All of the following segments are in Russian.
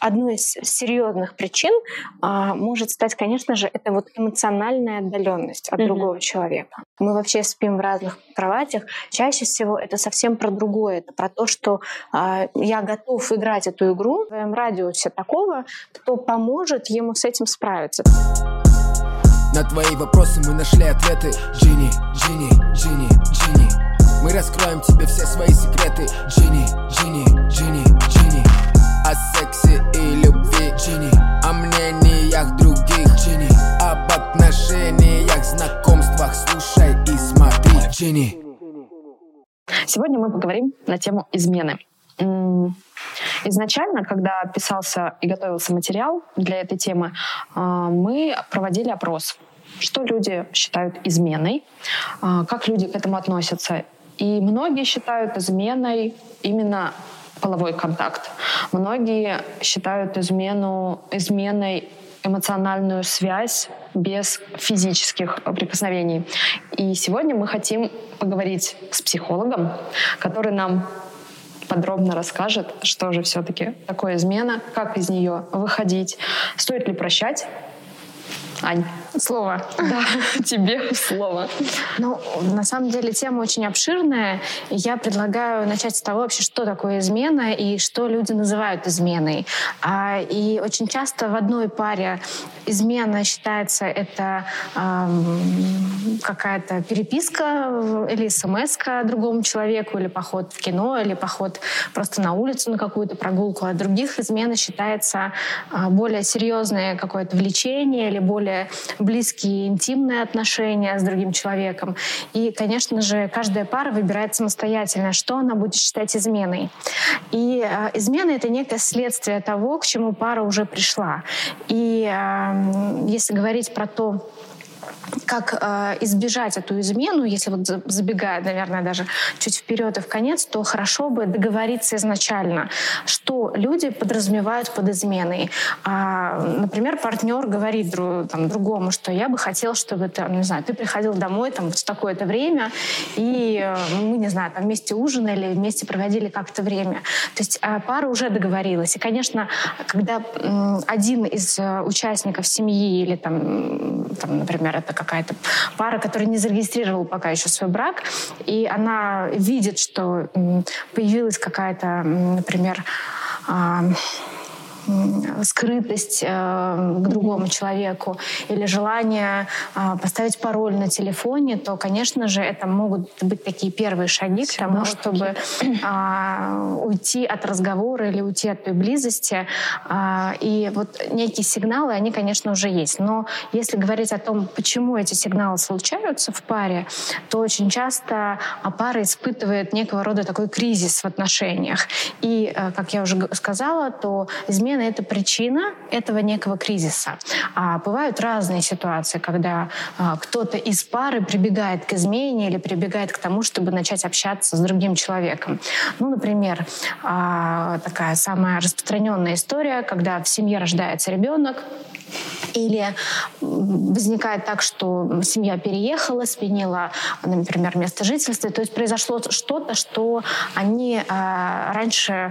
одной из серьезных причин может стать, конечно же, это вот эмоциональная отдаленность от другого человека. Мы вообще спим в разных кроватях. Чаще всего это совсем про другое. Это про то, что я готов играть эту игру в своем радиусе такого, кто поможет ему с этим справиться. На твои вопросы мы нашли ответы. Джинни, Джинни, Джинни, Джинни. Мы раскроем тебе все свои секреты. Джинни, Джинни, Джинни, Джинни. О сексе и любви. Джинни. О мнениях других. Джинни. Об отношениях, знакомствах. Слушай и смотри. Джинни. Сегодня мы поговорим на тему измены. Изначально, когда писался и готовился материал для этой темы, мы проводили опрос, что люди считают изменой, как люди к этому относятся. И многие считают изменой именно половой контакт. Многие считают изменой эмоциональную связь без физических прикосновений. И сегодня мы хотим поговорить с психологом, который нам подробно расскажет, что же все-таки такое измена, как из нее выходить, стоит ли прощать. Ань, Слово. Да, тебе слово. Ну, на самом деле тема очень обширная. Я предлагаю начать с того вообще, что такое измена и что люди называют изменой. И очень часто в одной паре измена считается это какая-то переписка или смс-ка другому человеку, или поход в кино, или поход просто на улицу на какую-то прогулку. А других измена считается более серьезное какое-то влечение или более близкие интимные отношения с другим человеком. И, конечно же, каждая пара выбирает самостоятельно, что она будет считать изменой. И измена — это некое следствие того, к чему пара уже пришла. И если говорить про то, как избежать эту измену, если вот забегая, наверное, даже чуть вперед и в конец, то хорошо бы договориться изначально, что люди подразумевают под изменой. Например, партнер говорит другому, что я бы хотел, чтобы ты приходил домой в такое-то время, и мы, вместе ужинали, вместе проводили как-то время. То есть пара уже договорилась. И, конечно, когда один из участников семьи или например, это какая-то пара, которая не зарегистрировала пока еще свой брак, и она видит, что появилась какая-то, например, скрытость к другому человеку или желание поставить пароль на телефоне, то, конечно же, это могут быть такие первые шаги к тому, чтобы уйти от разговора или уйти от той близости. И вот некие сигналы, они, конечно, уже есть. Но если говорить о том, почему эти сигналы случаются в паре, то очень часто пара испытывает некого рода такой кризис в отношениях. И, как я уже сказала, то измена — это причина этого некого кризиса. Бывают разные ситуации, когда кто-то из пары прибегает к измене или прибегает к тому, чтобы начать общаться с другим человеком. Например, такая самая распространенная история, когда в семье рождается ребенок, или возникает так, что семья переехала, сменила, например, место жительства. То есть произошло что-то, что они раньше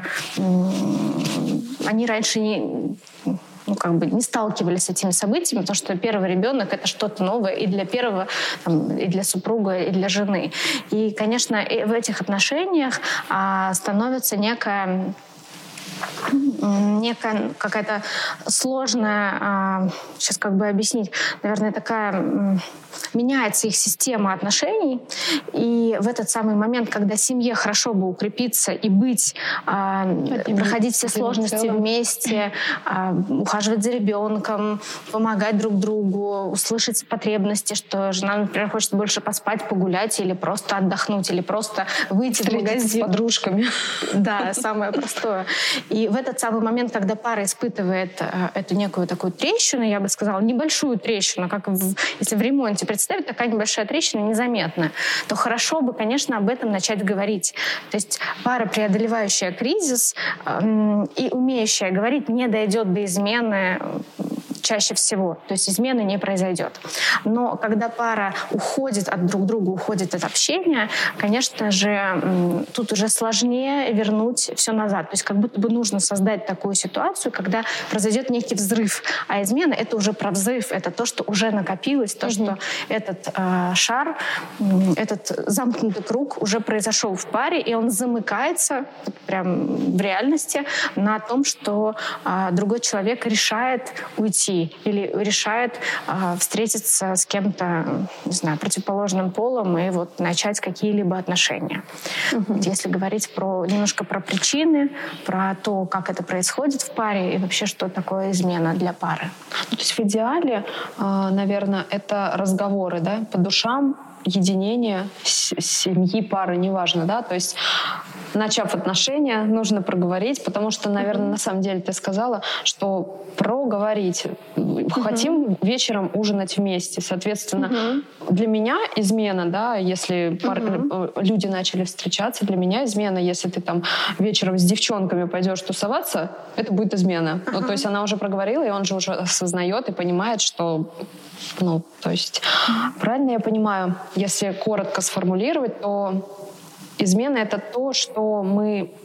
не сталкивались с этими событиями, потому что первый ребенок — это что-то новое и для первого, и для супруга, и для жены. И, конечно, в этих отношениях становится некая какая-то сложная, сейчас объяснить, наверное, такая меняется их система отношений, и в этот самый момент, когда семье хорошо бы укрепиться и быть, проходить все сложности вместе, ухаживать за ребенком, помогать друг другу, услышать потребности, что жена, например, хочет больше поспать, погулять или просто отдохнуть, или просто выйти в магазин с подружками. Да, самое простое. И в этот самый момент, когда пара испытывает эту некую такую трещину, я бы сказала, небольшую трещину, как если в ремонте представить, такая небольшая трещина незаметная, то хорошо бы, конечно, об этом начать говорить. То есть пара, преодолевающая кризис и умеющая говорить, не дойдет до измены чаще всего. То есть измены не произойдет. Но когда пара уходит от друг друга, уходит от общения, конечно же, тут уже сложнее вернуть все назад. То есть как будто бы нужно создать такую ситуацию, когда произойдет некий взрыв. А измена — это уже про взрыв, это то, что уже накопилось, то, что этот шар, этот замкнутый круг уже произошел в паре, и он замыкается прям в реальности на том, что другой человек решает уйти или решает встретиться с кем-то, не знаю, противоположным полом и вот начать какие-либо отношения. Вот если говорить немножко про причины, про то, как это происходит в паре и вообще, что такое измена для пары. То есть в идеале, наверное, это разговоры, да, по душам, единение семьи, пары, неважно, да, то есть начав отношения, нужно проговорить, потому что, наверное, на самом деле ты сказала, что проговорить. Хотим вечером ужинать вместе, соответственно, для меня измена, да, если люди начали встречаться, для меня измена, если ты там вечером с девчонками пойдешь тусоваться, это будет измена. Ну, то есть она уже проговорила, и он же уже осознает и понимает, что то есть правильно я понимаю, если коротко сформулировать, то измена — это то, что мы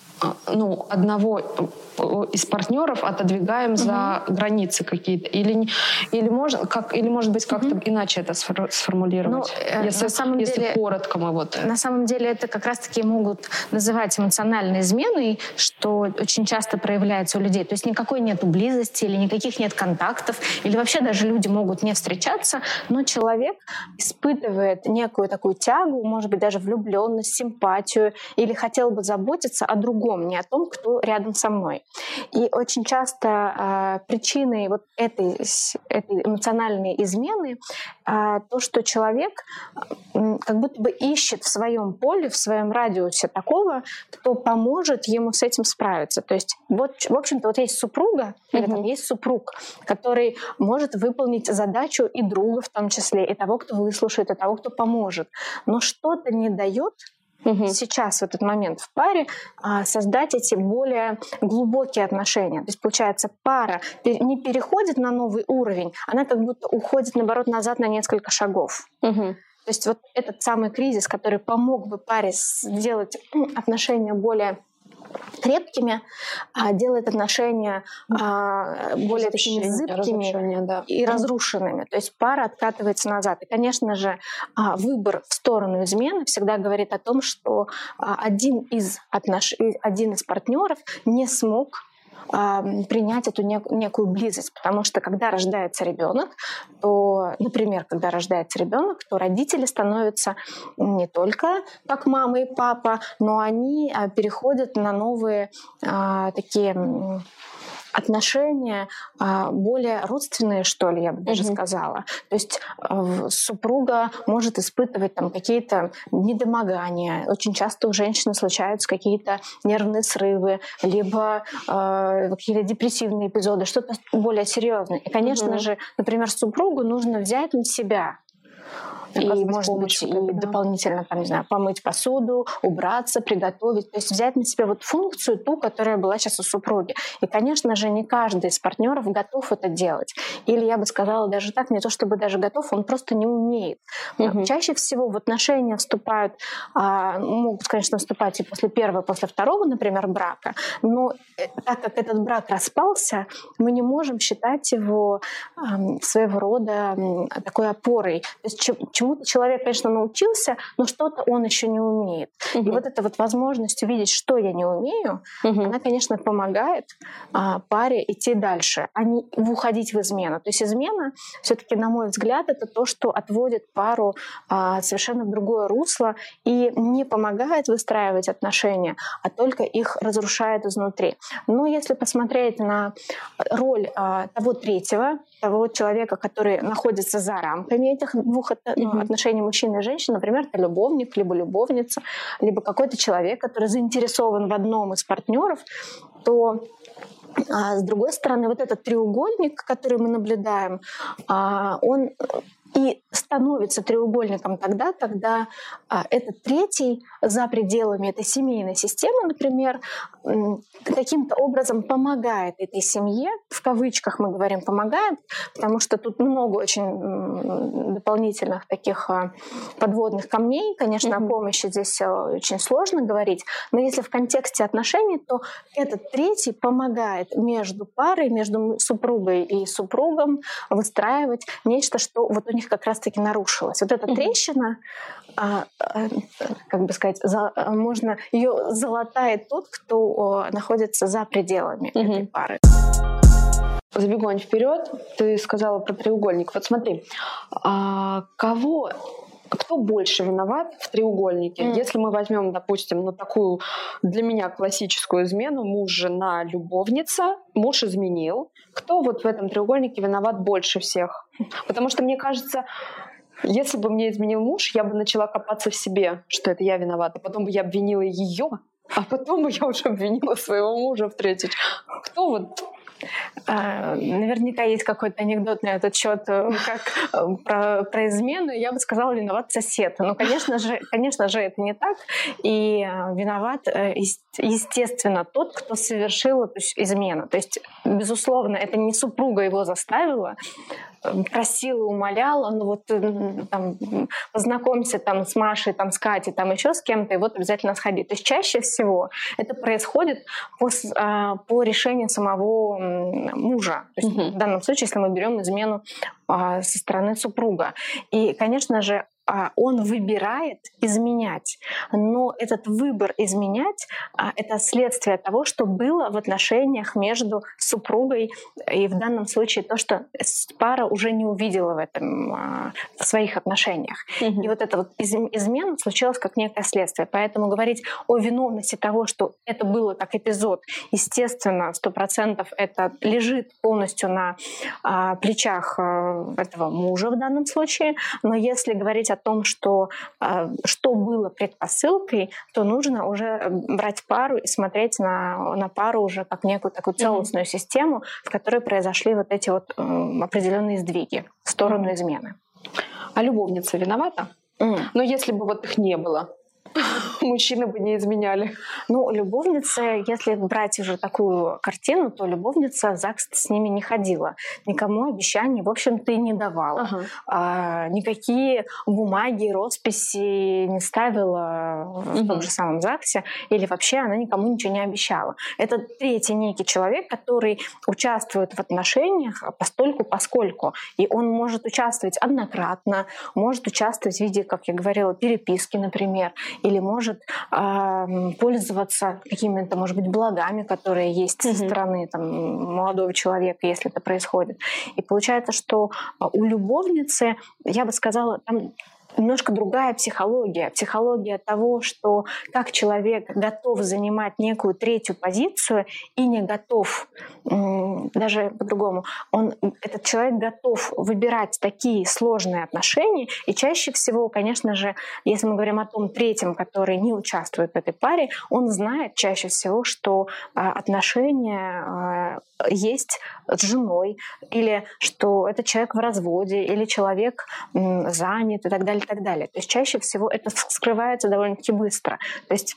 одного из партнеров отодвигаем за границы какие-то. Или может быть, как-то иначе это сформулировать. Если коротко мы На самом деле это как раз-таки могут называть эмоциональной изменой, что очень часто проявляется у людей. То есть никакой нету близости или никаких нет контактов, или вообще даже люди могут не встречаться, но человек испытывает некую такую тягу, может быть, даже влюбленность, симпатию, или хотел бы заботиться о другом, не о том, кто рядом со мной. И очень часто причиной вот этой эмоциональной измены то, что человек как будто бы ищет в своем поле, в своем радиусе такого, кто поможет ему с этим справиться. То есть вот, в общем-то, вот есть супруга, или там есть супруг, который может выполнить задачу и друга в том числе, и того, кто выслушает, и того, кто поможет. Но что-то не дает сейчас, в этот момент в паре, создать эти более глубокие отношения. То есть, получается, пара не переходит на новый уровень, она как будто уходит, наоборот, назад на несколько шагов. То есть вот этот самый кризис, который помог бы паре сделать отношения более крепкими, делает отношения более такими зыбкими и разрушенными. То есть пара откатывается назад. И, конечно же, выбор в сторону измены всегда говорит о том, что один из партнеров не смог принять эту некую близость. Потому что когда рождается ребенок, то, например, то родители становятся не только как мама и папа, но они переходят на новые такие отношения более родственные, что ли, я бы даже сказала. То есть супруга может испытывать там какие-то недомогания. Очень часто у женщины случаются какие-то нервные срывы, либо какие-то депрессивные эпизоды, что-то более серьезное. И, конечно же, например, супругу нужно взять на себя. И, может быть, и дополнительно, там, не знаю, помыть посуду, убраться, приготовить. То есть взять на себя вот функцию ту, которая была сейчас у супруги. И, конечно же, не каждый из партнеров готов это делать. Или я бы сказала даже так, не то чтобы даже готов, он просто не умеет. Чаще всего в отношения вступают, могут, конечно, вступать и после первого, и после второго, например, брака, но так как этот брак распался, мы не можем считать его своего рода такой опорой. То есть чему-то человек, конечно, научился, но что-то он еще не умеет. И вот эта вот возможность увидеть, что я не умею, она, конечно, помогает паре идти дальше, а не уходить в измену. То есть измена, все-таки, на мой взгляд, это то, что отводит пару совершенно в другое русло и не помогает выстраивать отношения, а только их разрушает изнутри. Но если посмотреть на роль того третьего, того человека, который находится за рамками этих двух отношений мужчины и женщины, например, это любовник, либо любовница, либо какой-то человек, который заинтересован в одном из партнеров, то с другой стороны, вот этот треугольник, который мы наблюдаем, он и становится треугольником тогда, когда этот третий за пределами этой семейной системы, например, каким-то образом помогает этой семье, в кавычках мы говорим «помогает», потому что тут много очень дополнительных таких подводных камней. Конечно, о помощи здесь очень сложно говорить, но если в контексте отношений, то этот третий помогает между парой, между супругой и супругом выстраивать нечто, что вот у них как раз-таки нарушилось. Вот эта трещина, как бы сказать, можно ее залатает тот, кто находится за пределами этой пары. Забегу вперед, ты сказала про треугольник. Вот смотри, кто больше виноват в треугольнике? Если мы возьмем, допустим, такую для меня классическую измену: муж, жена, любовница, муж изменил. Кто вот в этом треугольнике виноват больше всех? Потому что мне кажется, если бы мне изменил муж, я бы начала копаться в себе, что это я виновата. Потом бы я обвинила ее, а потом бы я уже обвинила своего мужа в третий. Кто вот... Наверняка есть какой-то анекдот на этот счет, как про измену. Я бы сказала, виноват сосед. Но, конечно же, это не так. И виноват, естественно, тот, кто совершил эту измену. То есть, безусловно, это не супруга его заставила, просила, умоляла, там, познакомься там с Машей, там, с Катей, там еще с кем-то, и вот обязательно сходи. То есть чаще всего это происходит по решению самого мужа. То есть в данном случае, если мы берем измену со стороны супруга. И, конечно же, он выбирает изменять. Но этот выбор изменять — это следствие того, что было в отношениях между супругой, и в данном случае то, что пара уже не увидела в этом, в своих отношениях. И вот эта вот измена случилась как некое следствие. Поэтому говорить о виновности того, что это было как эпизод, естественно, 100% это лежит полностью на плечах этого мужа в данном случае. Но если говорить о том, что было предпосылкой, то нужно уже брать пару и смотреть на пару уже как некую такую целостную систему, в которой произошли вот эти вот определенные сдвиги в сторону измены. А любовница виновата? Но если бы вот их не было, мужчины бы не изменяли. Любовница, если брать уже такую картину, то любовница в ЗАГС с ними не ходила. Никому обещаний, в общем-то, и не давала. Никакие бумаги, росписи не ставила в том же самом ЗАГСе. Или вообще она никому ничего не обещала. Это третий некий человек, который участвует в отношениях постольку-поскольку. И он может участвовать однократно, может участвовать в виде, как я говорила, переписки, например, или может пользоваться какими-то, может быть, благами, которые есть со стороны молодого человека, если это происходит. И получается, что у любовницы, я бы сказала, там немножко другая психология. Психология того, что как человек готов занимать некую третью позицию и не готов, даже по-другому, этот человек готов выбирать такие сложные отношения. И чаще всего, конечно же, если мы говорим о том третьем, который не участвует в этой паре, он знает чаще всего, что отношения есть с женой, или что этот человек в разводе, или человек занят и так далее, и так далее. То есть чаще всего это скрывается довольно-таки быстро. То есть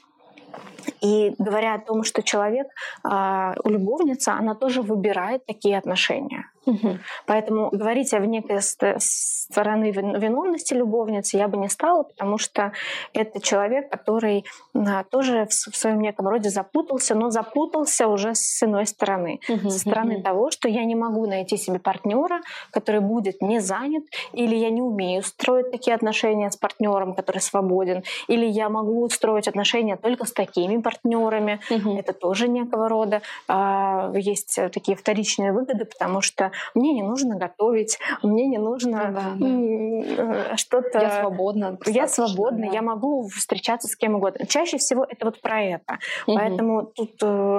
и говоря о том, что человек, любовница, она тоже выбирает такие отношения. Поэтому говорить о некой стороны виновности любовницы я бы не стала, потому что это человек, который тоже в своем неком роде запутался, но запутался уже с иной стороны. Со стороны того, что я не могу найти себе партнера, который будет не занят, или я не умею строить такие отношения с партнером, который свободен, или я могу строить отношения только с такими партнерами. Это тоже некого рода есть такие вторичные выгоды, потому что мне не нужно готовить, мне не нужно что-то... Я свободна. Я свободна, я могу встречаться с кем угодно. Чаще всего это вот про это. Поэтому тут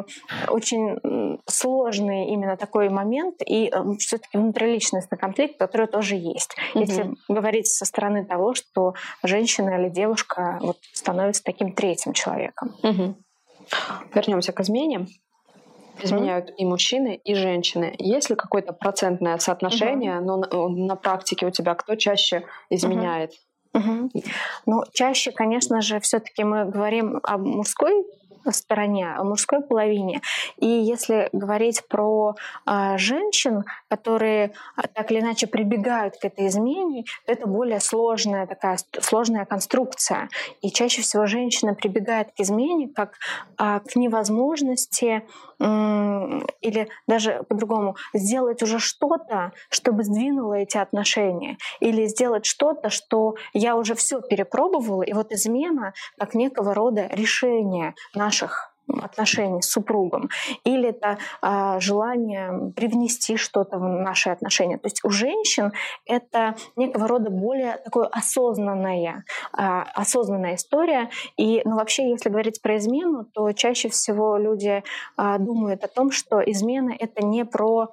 очень сложный именно такой момент и все-таки внутриличностный конфликт, который тоже есть. Если говорить со стороны того, что женщина или девушка становится таким третьим человеком. Вернемся к измене. изменяют и мужчины, и женщины. Есть ли какое-то процентное соотношение, но на практике у тебя кто чаще изменяет? Ну, чаще, конечно же, все-таки мы говорим о мужской стороне, о мужской половине. И если говорить про женщин, которые так или иначе прибегают к этой измене, то это более сложная конструкция. И чаще всего женщина прибегает к измене как к невозможности или даже по-другому сделать уже что-то, чтобы сдвинуло эти отношения, или сделать что-то, что я уже все перепробовала, и вот измена как некого рода решение наших отношений с супругом, или это желание привнести что-то в наши отношения. То есть у женщин это некого рода более такое осознанная история. И вообще, если говорить про измену, то чаще всего люди думают о том, что измена — это не про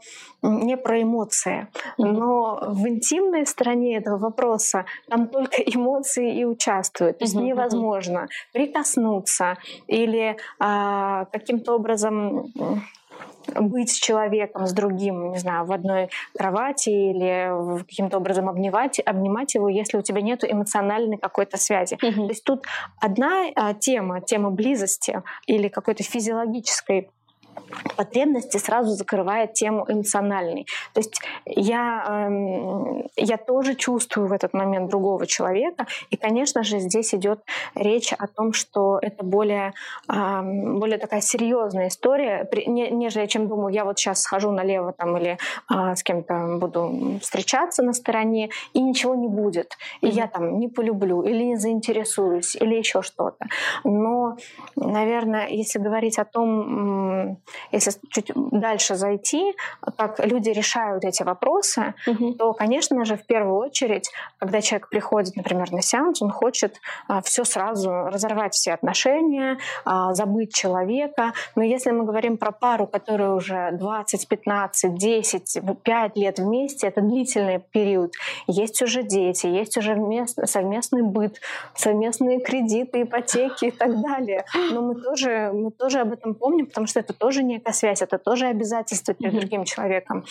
эмоции. Но в интимной стороне этого вопроса там только эмоции и участвуют. То есть невозможно прикоснуться или каким-то образом быть с человеком, с другим, не знаю, в одной кровати или каким-то образом обнимать его, если у тебя нет эмоциональной какой-то связи. То есть тут одна тема близости или какой-то физиологической потребности сразу закрывает тему эмоциональной. То есть я тоже чувствую в этот момент другого человека, и, конечно же, здесь идет речь о том, что это более такая серьезная история, нежели чем думаю, я вот сейчас схожу налево там, или с кем-то буду встречаться на стороне, и ничего не будет, и я там не полюблю, или не заинтересуюсь, или еще что-то. Но, наверное, если говорить о том, если чуть дальше зайти, как люди решают эти вопросы, то, конечно же, в первую очередь, когда человек приходит, например, на сеанс, он хочет все сразу разорвать все отношения, забыть человека. Но если мы говорим про пару, которая уже 20, 15, 10, 5 лет вместе, это длительный период, есть уже дети, есть уже совместный быт, совместные кредиты, ипотеки и так далее. Но мы тоже об этом помним, потому что это тоже некая связь, это тоже обязательство перед другим человеком.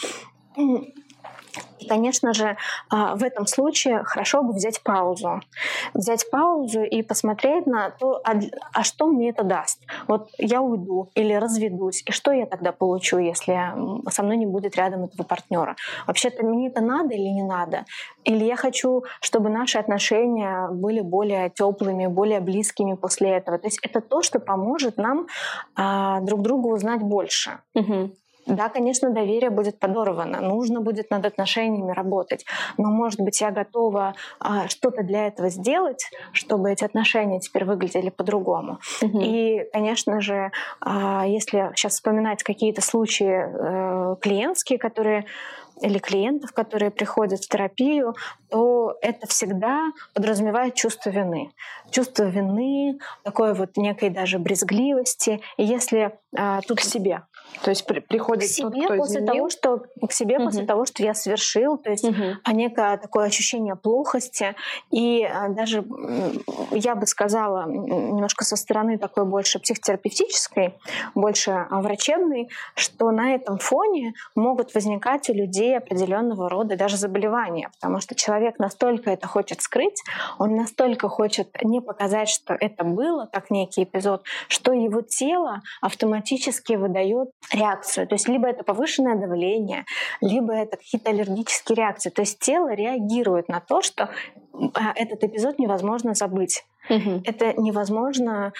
И, конечно же, в этом случае хорошо бы взять паузу. Взять паузу и посмотреть на то, а что мне это даст. Вот я уйду или разведусь, и что я тогда получу, если со мной не будет рядом этого партнера? Вообще-то мне это надо или не надо? Или я хочу, чтобы наши отношения были более теплыми, более близкими после этого? То есть это то, что поможет нам друг другу узнать больше. Да, конечно, доверие будет подорвано, нужно будет над отношениями работать, но, может быть, я готова что-то для этого сделать, чтобы эти отношения теперь выглядели по-другому. И, конечно же, если сейчас вспоминать какие-то случаи клиентские, или клиентов, которые приходят в терапию, то это всегда подразумевает чувство вины. Чувство вины, такой вот некой даже брезгливости. И если тут к себе, то есть приходит к себе тот, кто изменил. После того, что я совершил, то есть некое такое ощущение плохости. И даже, я бы сказала, немножко со стороны такой больше психотерапевтической, больше врачебной, что на этом фоне могут возникать у людей определенного рода даже заболевания, потому что человек настолько это хочет скрыть, он настолько хочет не показать, что это было, как некий эпизод, что его тело автоматически выдает реакцию. То есть либо это повышенное давление, либо это какие-то аллергические реакции. То есть тело реагирует на то, что этот эпизод невозможно забыть. Это невозможно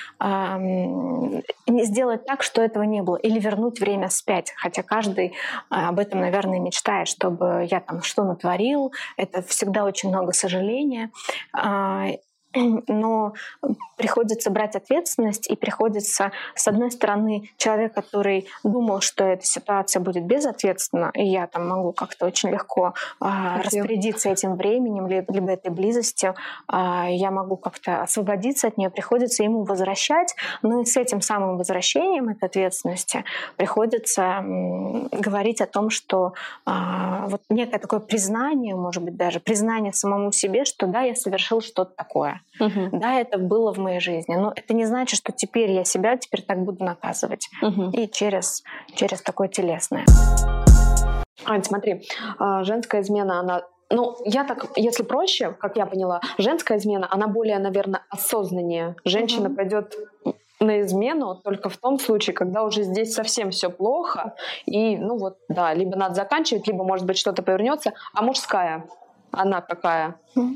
сделать так, что этого не было, или вернуть время вспять. Хотя каждый об этом, наверное, мечтает, чтобы я там что натворил. Это всегда очень много сожаления. Но приходится брать ответственность, и приходится, с одной стороны, человек, который думал, что эта ситуация будет безответственна, и я там могу как-то очень легко распорядиться этим временем, либо этой близостью, я могу как-то освободиться от нее, приходится ему возвращать, но и с этим самым возвращением этой ответственности приходится говорить о том, что вот некое такое признание, может быть, даже признание самому себе, что да, я совершил что-то такое. Да, это было в моей жизни, но это не значит, что теперь я себя теперь так буду наказывать. И через такое телесное. Ань, смотри, женская измена, она... если проще, как я поняла, женская измена, она более, наверное, осознаннее. Женщина пойдет на измену только в том случае, когда уже здесь совсем все плохо, и, либо надо заканчивать, либо, может быть, что-то повернется. А мужская, она какая?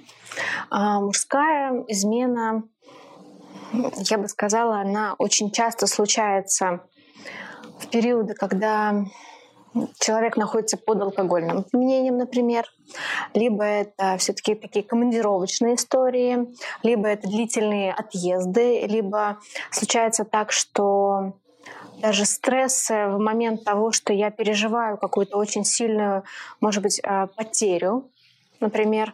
Мужская измена, я бы сказала, она очень часто случается в периоды, когда человек находится под алкогольным опьянением, например, либо это все-таки такие командировочные истории, либо это длительные отъезды, либо случается так, что даже стресс в момент того, что я переживаю какую-то очень сильную, может быть, потерю, например,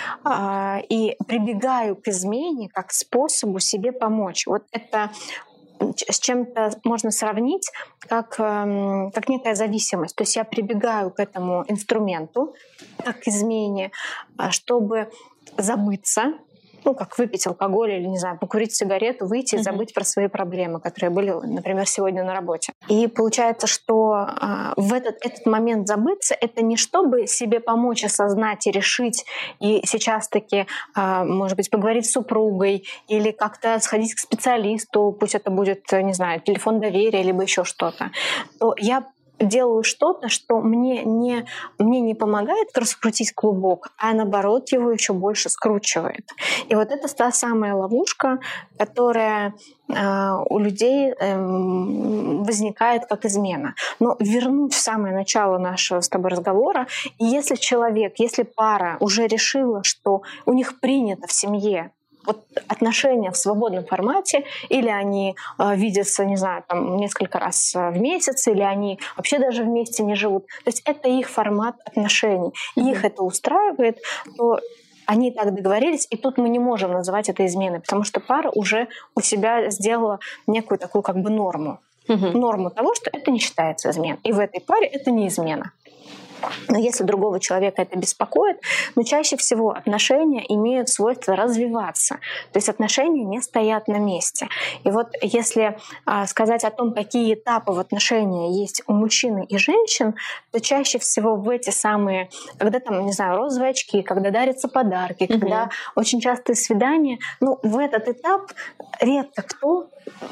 и прибегаю к измене как к способу себе помочь. Вот это с чем-то можно сравнить как некая зависимость. То есть я прибегаю к этому инструменту, как к измене, чтобы забыться, как выпить алкоголь или, не знаю, покурить сигарету, выйти и забыть про свои проблемы, которые были, например, сегодня на работе. И получается, что в этот момент забыться — это не чтобы себе помочь осознать и решить, и сейчас таки, может быть, поговорить с супругой или как-то сходить к специалисту, пусть это будет, не знаю, телефон доверия, либо еще что-то, то я делаю что-то, что мне не помогает раскрутить клубок, а наоборот его еще больше скручивает. И вот это та самая ловушка, которая у людей возникает как измена. Но вернуть в самое начало нашего с тобой разговора, и если пара уже решила, что у них принято в семье отношения в свободном формате, или они видятся, не знаю, несколько раз в месяц, или они вообще даже вместе не живут. То есть это их формат отношений. И их это устраивает, то они так договорились, и тут мы не можем называть это изменой, потому что пара уже у себя сделала некую такую норму. Норму того, что это не считается изменой. И в этой паре это не измена. Но если другого человека это беспокоит, чаще всего отношения имеют свойство развиваться. То есть отношения не стоят на месте. И вот если сказать о том, какие этапы в отношениях есть у мужчины и женщин, то чаще всего в эти самые, когда розовые очки, когда дарятся подарки, когда очень частые свидания, в этот этап редко кто,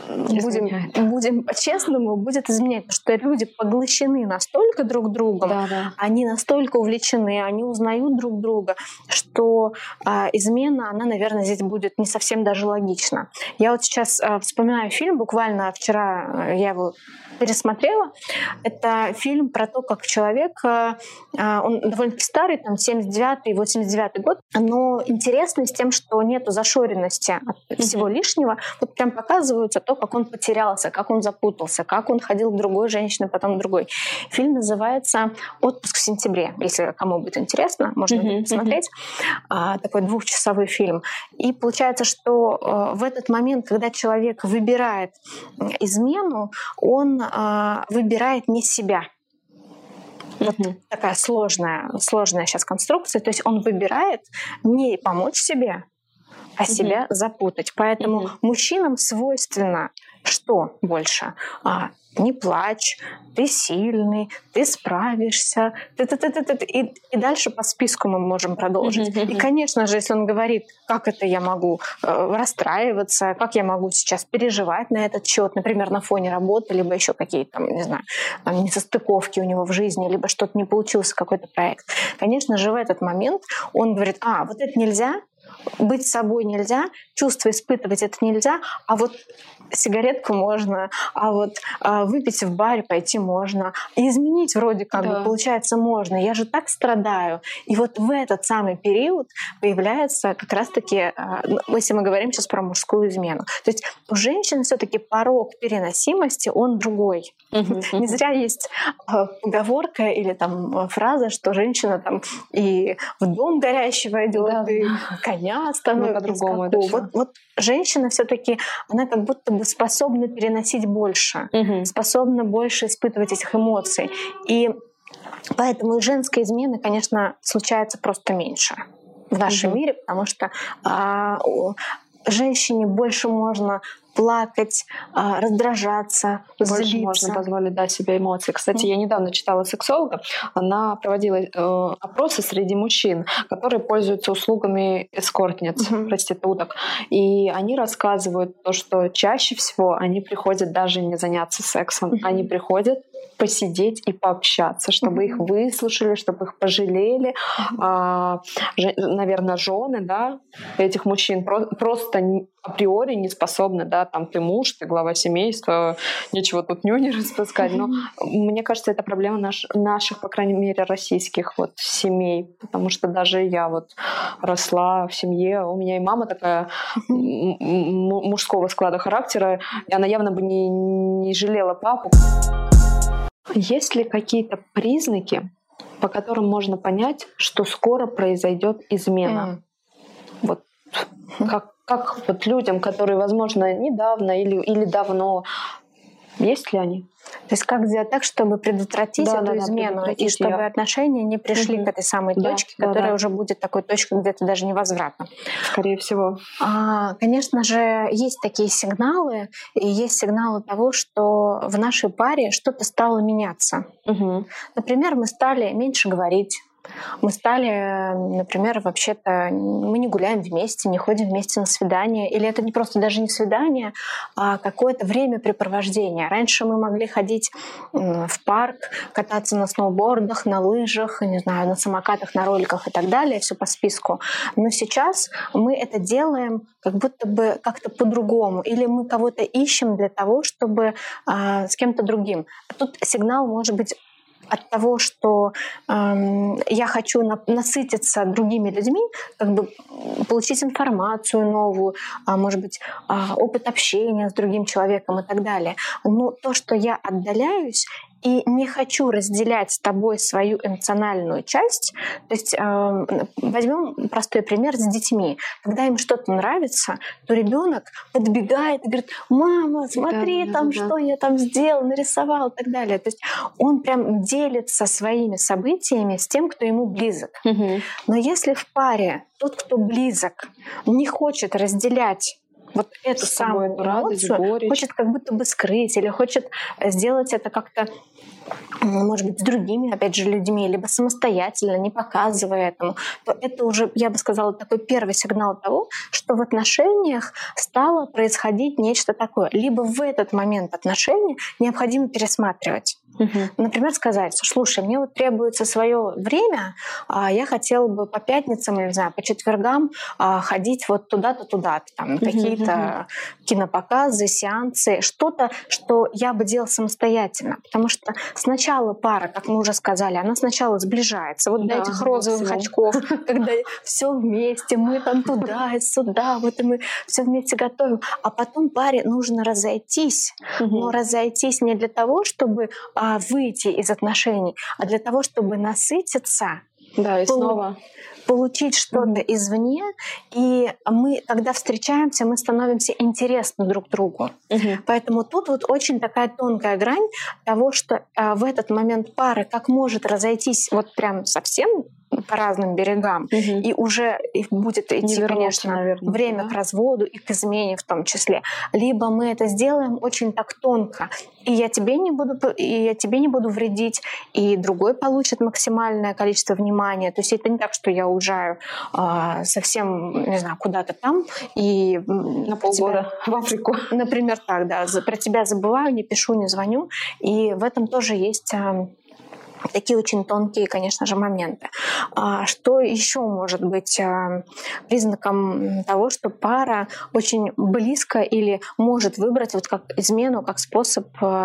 будем по-честному, будет изменять, потому что люди поглощены настолько друг другом, они настолько увлечены, они узнают друг друга, что измена, она, наверное, здесь будет не совсем даже логична. Я сейчас вспоминаю фильм, буквально вчера я его пересмотрела. Это фильм про то, как человек, он довольно-таки старый, 79-й, 89-й год, но интересный с тем, что нету зашоренности от всего лишнего. Вот прям показывается то, как он потерялся, как он запутался, как он ходил к другой женщине, потом к другой. Фильм называется «Отпуск в сентябре». Если кому будет интересно, можно посмотреть. Такой 2-часовой фильм. И получается, что в этот момент, когда человек выбирает измену, он выбирает не себя. Вот такая сложная сейчас конструкция. То есть он выбирает не помочь себе, а себя запутать. Поэтому мужчинам свойственно что больше? Не плачь, ты сильный, ты справишься. И дальше по списку мы можем продолжить. И, конечно же, если он говорит, как это я могу расстраиваться, как я могу сейчас переживать на этот счет, например, на фоне работы, либо еще какие-то, не знаю, несостыковки у него в жизни, либо что-то не получился, какой-то проект. Конечно же, в этот момент он говорит, вот это нельзя, быть собой нельзя, чувства испытывать это нельзя, а вот сигаретку можно, а вот выпить в баре пойти можно, и изменить вроде как бы получается можно. Я же так страдаю. И вот в этот самый период появляется как раз-таки, если мы говорим сейчас про мужскую измену. То есть у женщин все-таки порог переносимости, он другой. Не зря есть поговорка или фраза, что женщина и в дом горящий войдет, и коня остановит. По-другому. Вот женщина все-таки, она как будто бы способна переносить больше, способна больше испытывать этих эмоций. И поэтому и женская измена, конечно, случается просто меньше. в нашем мире, потому что женщине больше можно плакать, раздражаться, больше злиться. можно позволить себе эмоции. Кстати, я недавно читала сексолога, она проводила опросы среди мужчин, которые пользуются услугами эскортниц, проституток. И они рассказывают то, что чаще всего они приходят даже не заняться сексом, они приходят посидеть и пообщаться, чтобы их выслушали, чтобы их пожалели. Наверное, жены, да, этих мужчин просто априори не способны, да, там ты муж, ты глава семейства, нечего тут нюни распускать. Но мне кажется, это проблема наших, по крайней мере, российских вот семей, потому что даже я вот росла в семье, у меня и мама такая мужского склада характера, и она явно бы не жалела папу. Есть ли какие-то признаки, по которым можно понять, что скоро произойдет измена? Вот как вот людям, которые, возможно, недавно или давно, есть ли они? То есть как сделать так, чтобы предотвратить эту измену, и чтобы отношения не пришли к этой самой точке, которая уже будет такой точкой где-то даже невозвратна? Скорее всего. Конечно же, есть такие сигналы, и есть сигналы того, что в нашей паре что-то стало меняться. Например, мы стали меньше говорить. Мы стали, например, вообще-то мы не гуляем вместе, не ходим вместе на свидание. Или это не просто даже не свидание, а какое-то времяпрепровождение. Раньше мы могли ходить в парк, кататься на сноубордах, на лыжах, не знаю, на самокатах, на роликах и так далее, все по списку. Но сейчас мы это делаем как будто бы как-то по-другому. Или мы кого-то ищем для того, чтобы с кем-то другим. Тут сигнал может быть от того, что я хочу насытиться другими людьми, как бы получить информацию новую, может быть, опыт общения с другим человеком и так далее. Но то, что я отдаляюсь и не хочу разделять с тобой свою эмоциональную часть, то есть возьмем простой пример с детьми. Когда им что-то нравится, то ребенок подбегает и говорит: «Мама, смотри, что я там сделал, нарисовал» и так далее. То есть он прям делится своими событиями с тем, кто ему близок. Но если в паре тот, кто близок, не хочет разделять вот эту самую эмоцию, хочет как будто бы скрыть или хочет сделать это как-то, может быть, с другими, опять же, людьми, либо самостоятельно, не показывая этому, то это уже, я бы сказала, такой первый сигнал того, что в отношениях стало происходить нечто такое. Либо в этот момент отношений необходимо пересматривать. Например, сказать: слушай, мне вот требуется свое время, я хотела бы по пятницам, не знаю, по четвергам ходить вот туда-то, туда-то, там, на какие-то кинопоказы, сеансы, что-то, что я бы делала самостоятельно. Потому что сначала пара, как мы уже сказали, она сначала сближается. Вот до этих розовых очков, когда все вместе, мы там туда и сюда, вот и мы все вместе готовим. А потом паре нужно разойтись. Но разойтись не для того, чтобы выйти из отношений, а для того, чтобы насытиться, и снова получить что-то извне, и мы, когда встречаемся, мы становимся интересны друг другу. Поэтому тут вот очень такая тонкая грань того, что в этот момент пара как может разойтись вот прям совсем по разным берегам, и уже будет идти, конечно, наверное, время к разводу и к измене в том числе. Либо мы это сделаем очень так тонко, и я тебе не буду вредить, и другой получит максимальное количество внимания. То есть это не так, что я уезжаю совсем, не знаю, куда-то там и на полгода в Африку. Например, так, да, про тебя забываю, не пишу, не звоню. И в этом тоже есть такие очень тонкие, конечно же, моменты. Что еще может быть признаком того, что пара очень близко или может выбрать вот как измену, как способ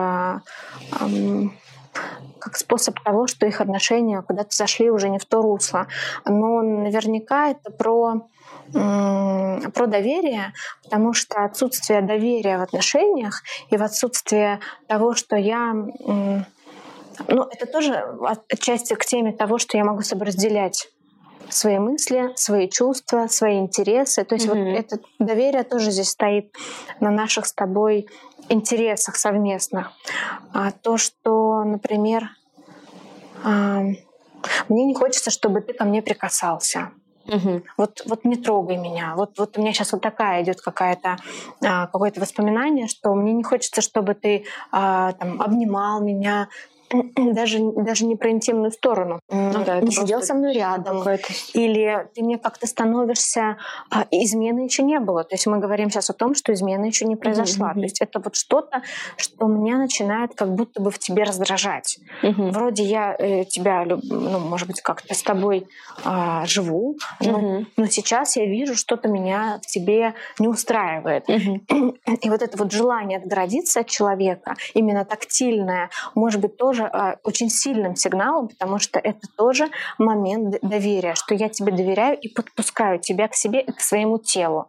того, что их отношения куда-то зашли уже не в то русло. Но наверняка это про доверие, потому что отсутствие доверия в отношениях и в отсутствие того, что я... это тоже отчасти к теме того, что я могу с собой разделять свои мысли, свои чувства, свои интересы. То есть вот это доверие тоже здесь стоит на наших с тобой интересах совместных. То, что, например, мне не хочется, чтобы ты ко мне прикасался. Вот не трогай меня. Вот у меня сейчас вот такая идет какое-то воспоминание, что мне не хочется, чтобы ты там обнимал меня, даже не про интимную сторону. Не сидел со мной рядом. Или ты мне как-то становишься... измены еще не было. То есть мы говорим сейчас о том, что измена еще не произошла. То есть это вот что-то, что меня начинает как будто бы в тебе раздражать. Вроде я тебя, может быть, как-то с тобой живу, но сейчас я вижу, что-то меня в тебе не устраивает. И вот это вот желание отгородиться от человека, именно тактильное, может быть, тоже очень сильным сигналом, потому что это тоже момент доверия, что я тебе доверяю и подпускаю тебя к себе и к своему телу.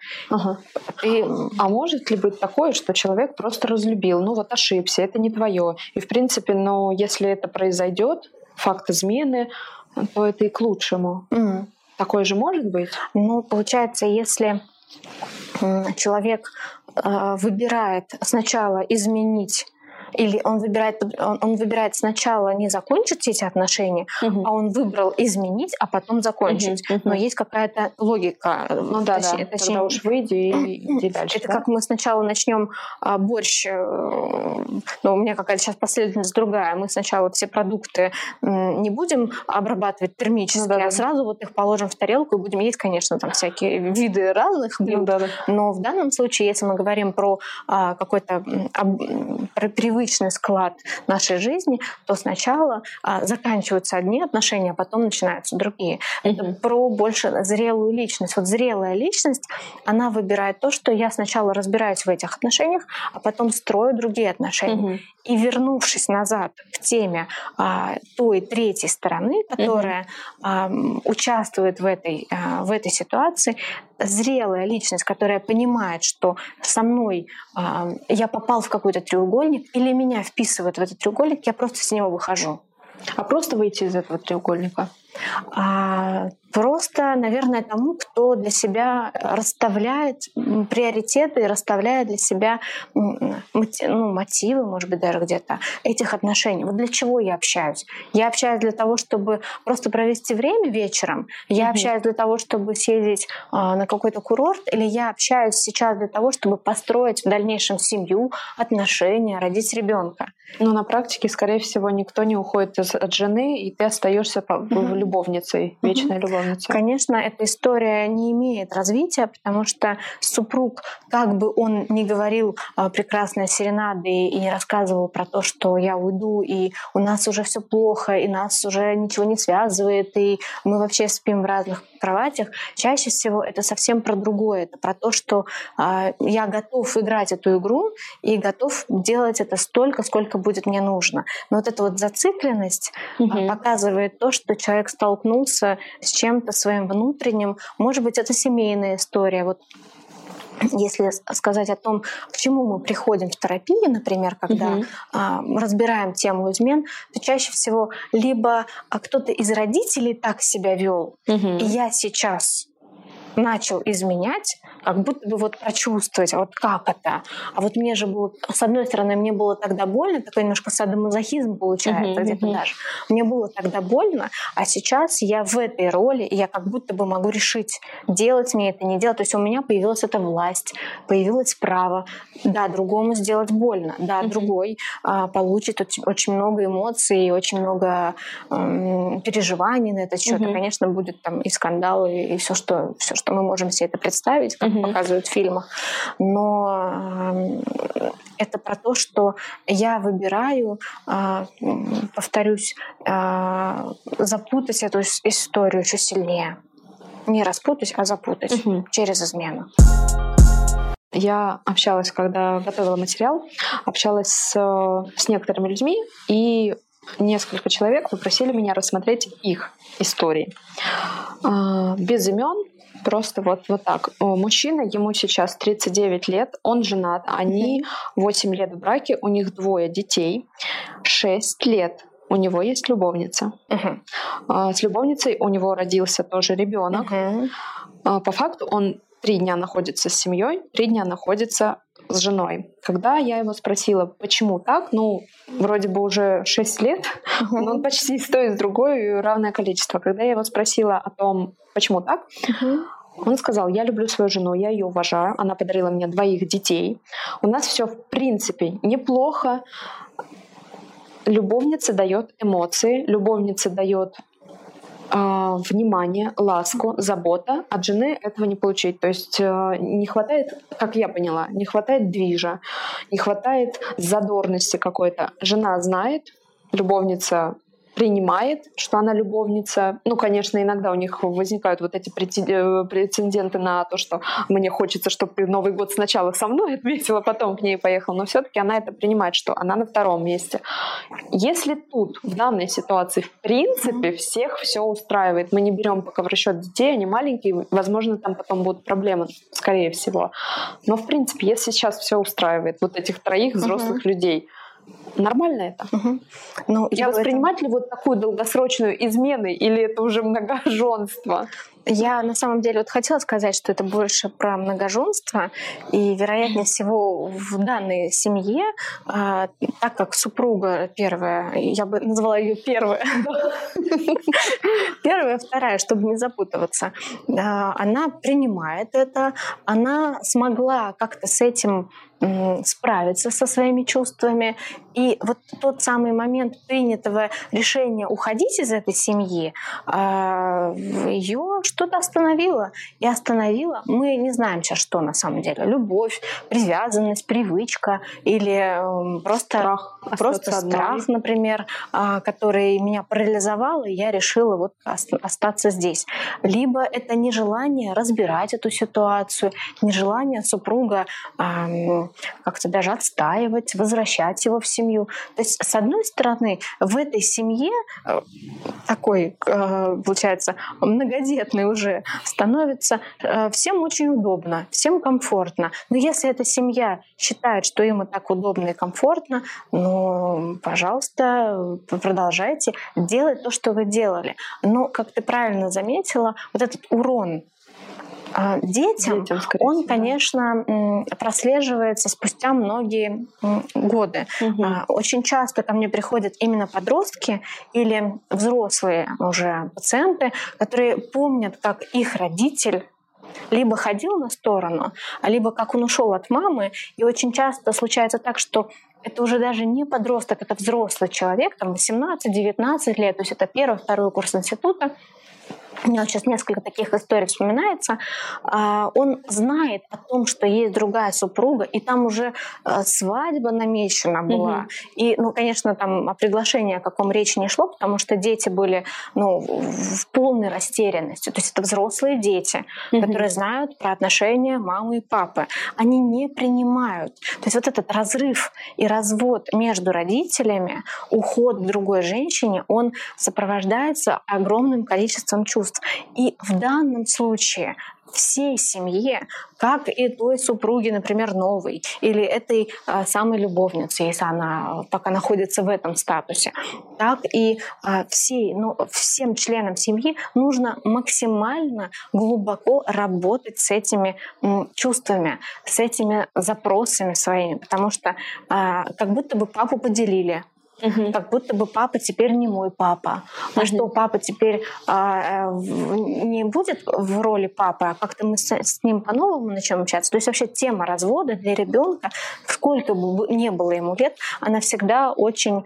А может ли быть такое, что человек просто разлюбил, ошибся, это не твое, и в принципе, если это произойдет, факт измены, то это и к лучшему. Такое же может быть? Получается, если человек выбирает сначала изменить, или он выбирает сначала не закончить эти отношения, а он выбрал изменить, а потом закончить. Но есть какая-то логика. Тогда уж выйди и иди дальше. Это как мы сначала начнем борщ, у меня какая-то сейчас последовательность другая. Мы сначала все продукты не будем обрабатывать термически, а сразу вот их положим в тарелку и будем есть, конечно, там всякие виды разных блюд. Но в данном случае, если мы говорим про какой-то привычный склад нашей жизни, то сначала заканчиваются одни отношения, а потом начинаются другие. Это про больше зрелую личность. Вот зрелая личность, она выбирает то, что я сначала разбираюсь в этих отношениях, а потом строю другие отношения. И вернувшись назад к теме той третьей стороны, которая участвует в этой ситуации, зрелая личность, которая понимает, что со мной я попал в какой-то треугольник или меня вписывают в этот треугольник, я просто с него выхожу. А просто выйти из этого треугольника? Просто, наверное, тому, кто для себя расставляет приоритеты и расставляет для себя мотивы, может быть, даже где-то этих отношений. Вот для чего я общаюсь? Я общаюсь для того, чтобы просто провести время вечером? Я общаюсь для того, чтобы съездить на какой-то курорт? Или я общаюсь сейчас для того, чтобы построить в дальнейшем семью, отношения, родить ребенка? Но на практике, скорее всего, никто не уходит от жены, и ты остаешься любовницей, вечной любовницей. Конечно, эта история не имеет развития, потому что супруг, как бы он ни говорил прекрасные серенады и не рассказывал про то, что я уйду, и у нас уже все плохо, и нас уже ничего не связывает, и мы вообще спим в разных кроватях, чаще всего это совсем про другое. Это про то, что я готов играть эту игру и готов делать это столько, сколько будет мне нужно. Но вот эта вот зацикленность показывает то, что человек столкнулся с чем-то своим внутренним. Может быть, это семейная история. Вот если сказать о том, к чему мы приходим в терапию, например, когда разбираем тему измен, то чаще всего либо кто-то из родителей так себя вел, и я сейчас начал изменять, как будто бы вот прочувствовать, а вот как это. А вот мне же было, с одной стороны, мне было тогда больно, такой немножко садомазохизм получается где-то даже. Мне было тогда больно, а сейчас я в этой роли, и я как будто бы могу решить, делать мне это, не делать. То есть у меня появилась эта власть, появилось право. Да, другому сделать больно. Да, другой получит очень много эмоций, очень много переживаний на этот счет. И, конечно, будет там и скандалы, и все, что мы можем себе это представить, как показывают в фильмах. Но это про то, что я выбираю, повторюсь, запутать эту историю еще сильнее. Не распутать, а запутать через измену. Я общалась, когда готовила материал, общалась с некоторыми людьми, и несколько человек попросили меня рассмотреть их истории. Без имен. Просто вот так. Мужчина, ему сейчас 39 лет, он женат, они 8 лет в браке, у них 2 детей, 6 лет у него есть любовница. С любовницей у него родился тоже ребенок. По факту он 3 дня находится с семьей, 3 дня находится с женой. Когда я его спросила, почему так, вроде бы уже 6 лет, но он почти и с той, и с другой равное количество. Когда я его спросила о том, почему так, он сказал: я люблю свою жену, я ее уважаю, она подарила мне 2 детей. У нас все в принципе неплохо. Любовница дает эмоции, любовница дает внимание, ласку, забота. От жены этого не получить. То есть не хватает, как я поняла, не хватает движа, не хватает задорности какой-то. Жена знает, любовница принимает, что она любовница. Конечно, иногда у них возникают вот эти прецеденты на то, что мне хочется, чтобы ты Новый год сначала со мной отметила, потом к ней поехал. Но все-таки она это принимает, что она на 2-м месте. Если тут, в данной ситуации, в принципе, всех все устраивает, мы не берем пока в расчет детей, они маленькие, возможно, там потом будут проблемы, скорее всего. Но, в принципе, если сейчас все устраивает, вот этих 3 взрослых людей, нормально это? И воспринимать ли вот такую долгосрочную измену, или это уже многоженство? Я на самом деле хотела сказать, что это больше про многоженство, и, вероятнее всего, в данной семье, так как супруга первая, я бы назвала ее первая, первая, вторая, чтобы не запутываться, она принимает это, она смогла как-то с этим справиться со своими чувствами. И вот тот самый момент принятого решения уходить из этой семьи, ее что-то остановило. И остановило, мы не знаем сейчас, что на самом деле. Любовь, привязанность, привычка или просто страх, например, который меня парализовал, и я решила остаться здесь. Либо это нежелание разбирать эту ситуацию, нежелание супруга как-то даже отстаивать, возвращать его в семью. То есть, с одной стороны, в этой семье такой, получается, многодетный уже становится всем очень удобно, всем комфортно. Но если эта семья считает, что им и так удобно и комфортно, пожалуйста, продолжайте делать то, что вы делали. Но, как ты правильно заметила, вот этот урон детям, он, конечно, прослеживается спустя многие годы. Очень часто ко мне приходят именно подростки или взрослые уже пациенты, которые помнят, как их родитель либо ходил на сторону, либо как он ушел от мамы. И очень часто случается так, что это уже даже не подросток, это взрослый человек, 18-19 лет, то есть это 1-2 курс института. У меня сейчас несколько таких историй вспоминается. Он знает о том, что есть другая супруга, и там уже свадьба намечена была. И, конечно, там о приглашении о каком речи не шло, потому что дети были в полной растерянности. То есть это взрослые дети, которые знают про отношения мамы и папы. Они не принимают. То есть вот этот разрыв и развод между родителями, уход к другой женщине, он сопровождается огромным количеством чувств. И в данном случае всей семье, как и той супруге, например, новой, или этой самой любовнице, если она пока находится в этом статусе, так и всем членам семьи нужно максимально глубоко работать с этими чувствами, с этими запросами своими, потому что как будто бы папу поделили. Как будто бы папа теперь не мой папа. А что, папа теперь не будет в роли папы, а как-то мы с ним по-новому начнем общаться. То есть вообще тема развода для ребенка, сколько бы не было ему лет, она всегда очень...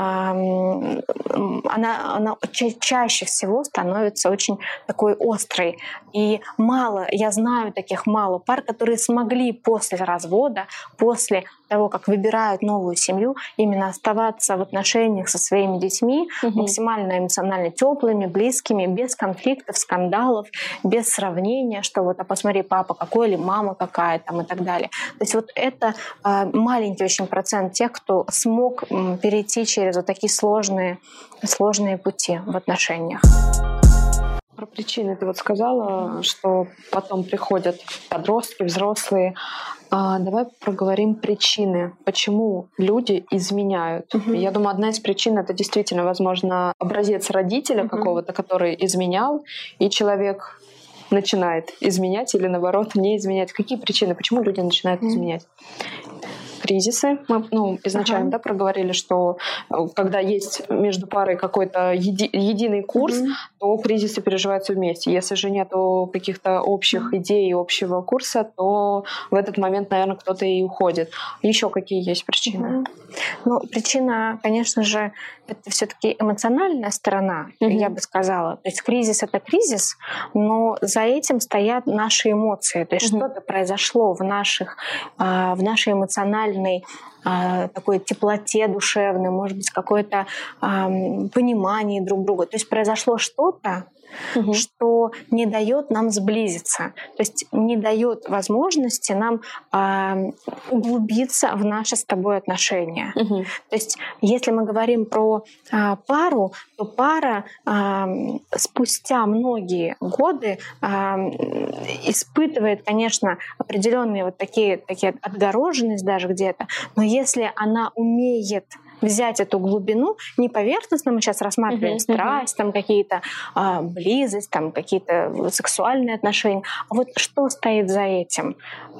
Она чаще всего становится очень такой острой. И я знаю таких мало пар, которые смогли после развода, после того, как выбирают новую семью, именно оставаться в отношениях со своими детьми максимально эмоционально теплыми, близкими, без конфликтов, скандалов, без сравнения, что а посмотри, папа какой или мама какая там и так далее. То есть это маленький очень процент тех, кто смог перейти через такие сложные пути в отношениях. Про причины ты сказала, что потом приходят подростки, взрослые. Давай проговорим причины, почему люди изменяют. Я думаю, одна из причин — это действительно, возможно, образец родителя какого-то, который изменял, и человек начинает изменять или, наоборот, не изменять. Какие причины, почему люди начинают изменять? кризисы. Мы изначально проговорили, что когда есть между парой какой-то единый курс, то кризисы переживаются вместе. Если же нету каких-то общих идей и общего курса, то в этот момент, наверное, кто-то и уходит. Еще какие есть причины? Причина, конечно же, это все-таки эмоциональная сторона, я бы сказала. То есть кризис — это кризис, но за этим стоят наши эмоции. То есть что-то произошло в нашей эмоциональной такой теплоте душевной, может быть, какое-то понимание друг друга. То есть произошло что-то, что не дает нам сблизиться, то есть не дает возможности нам углубиться в наши с тобой отношения. То есть если мы говорим про пару, то пара спустя многие годы испытывает, конечно, определенные вот такие отгороженность даже где-то, но если она умеет взять эту глубину, не поверхностно мы сейчас рассматриваем страсть, там какие-то близость, там какие-то сексуальные отношения, а вот что стоит за этим?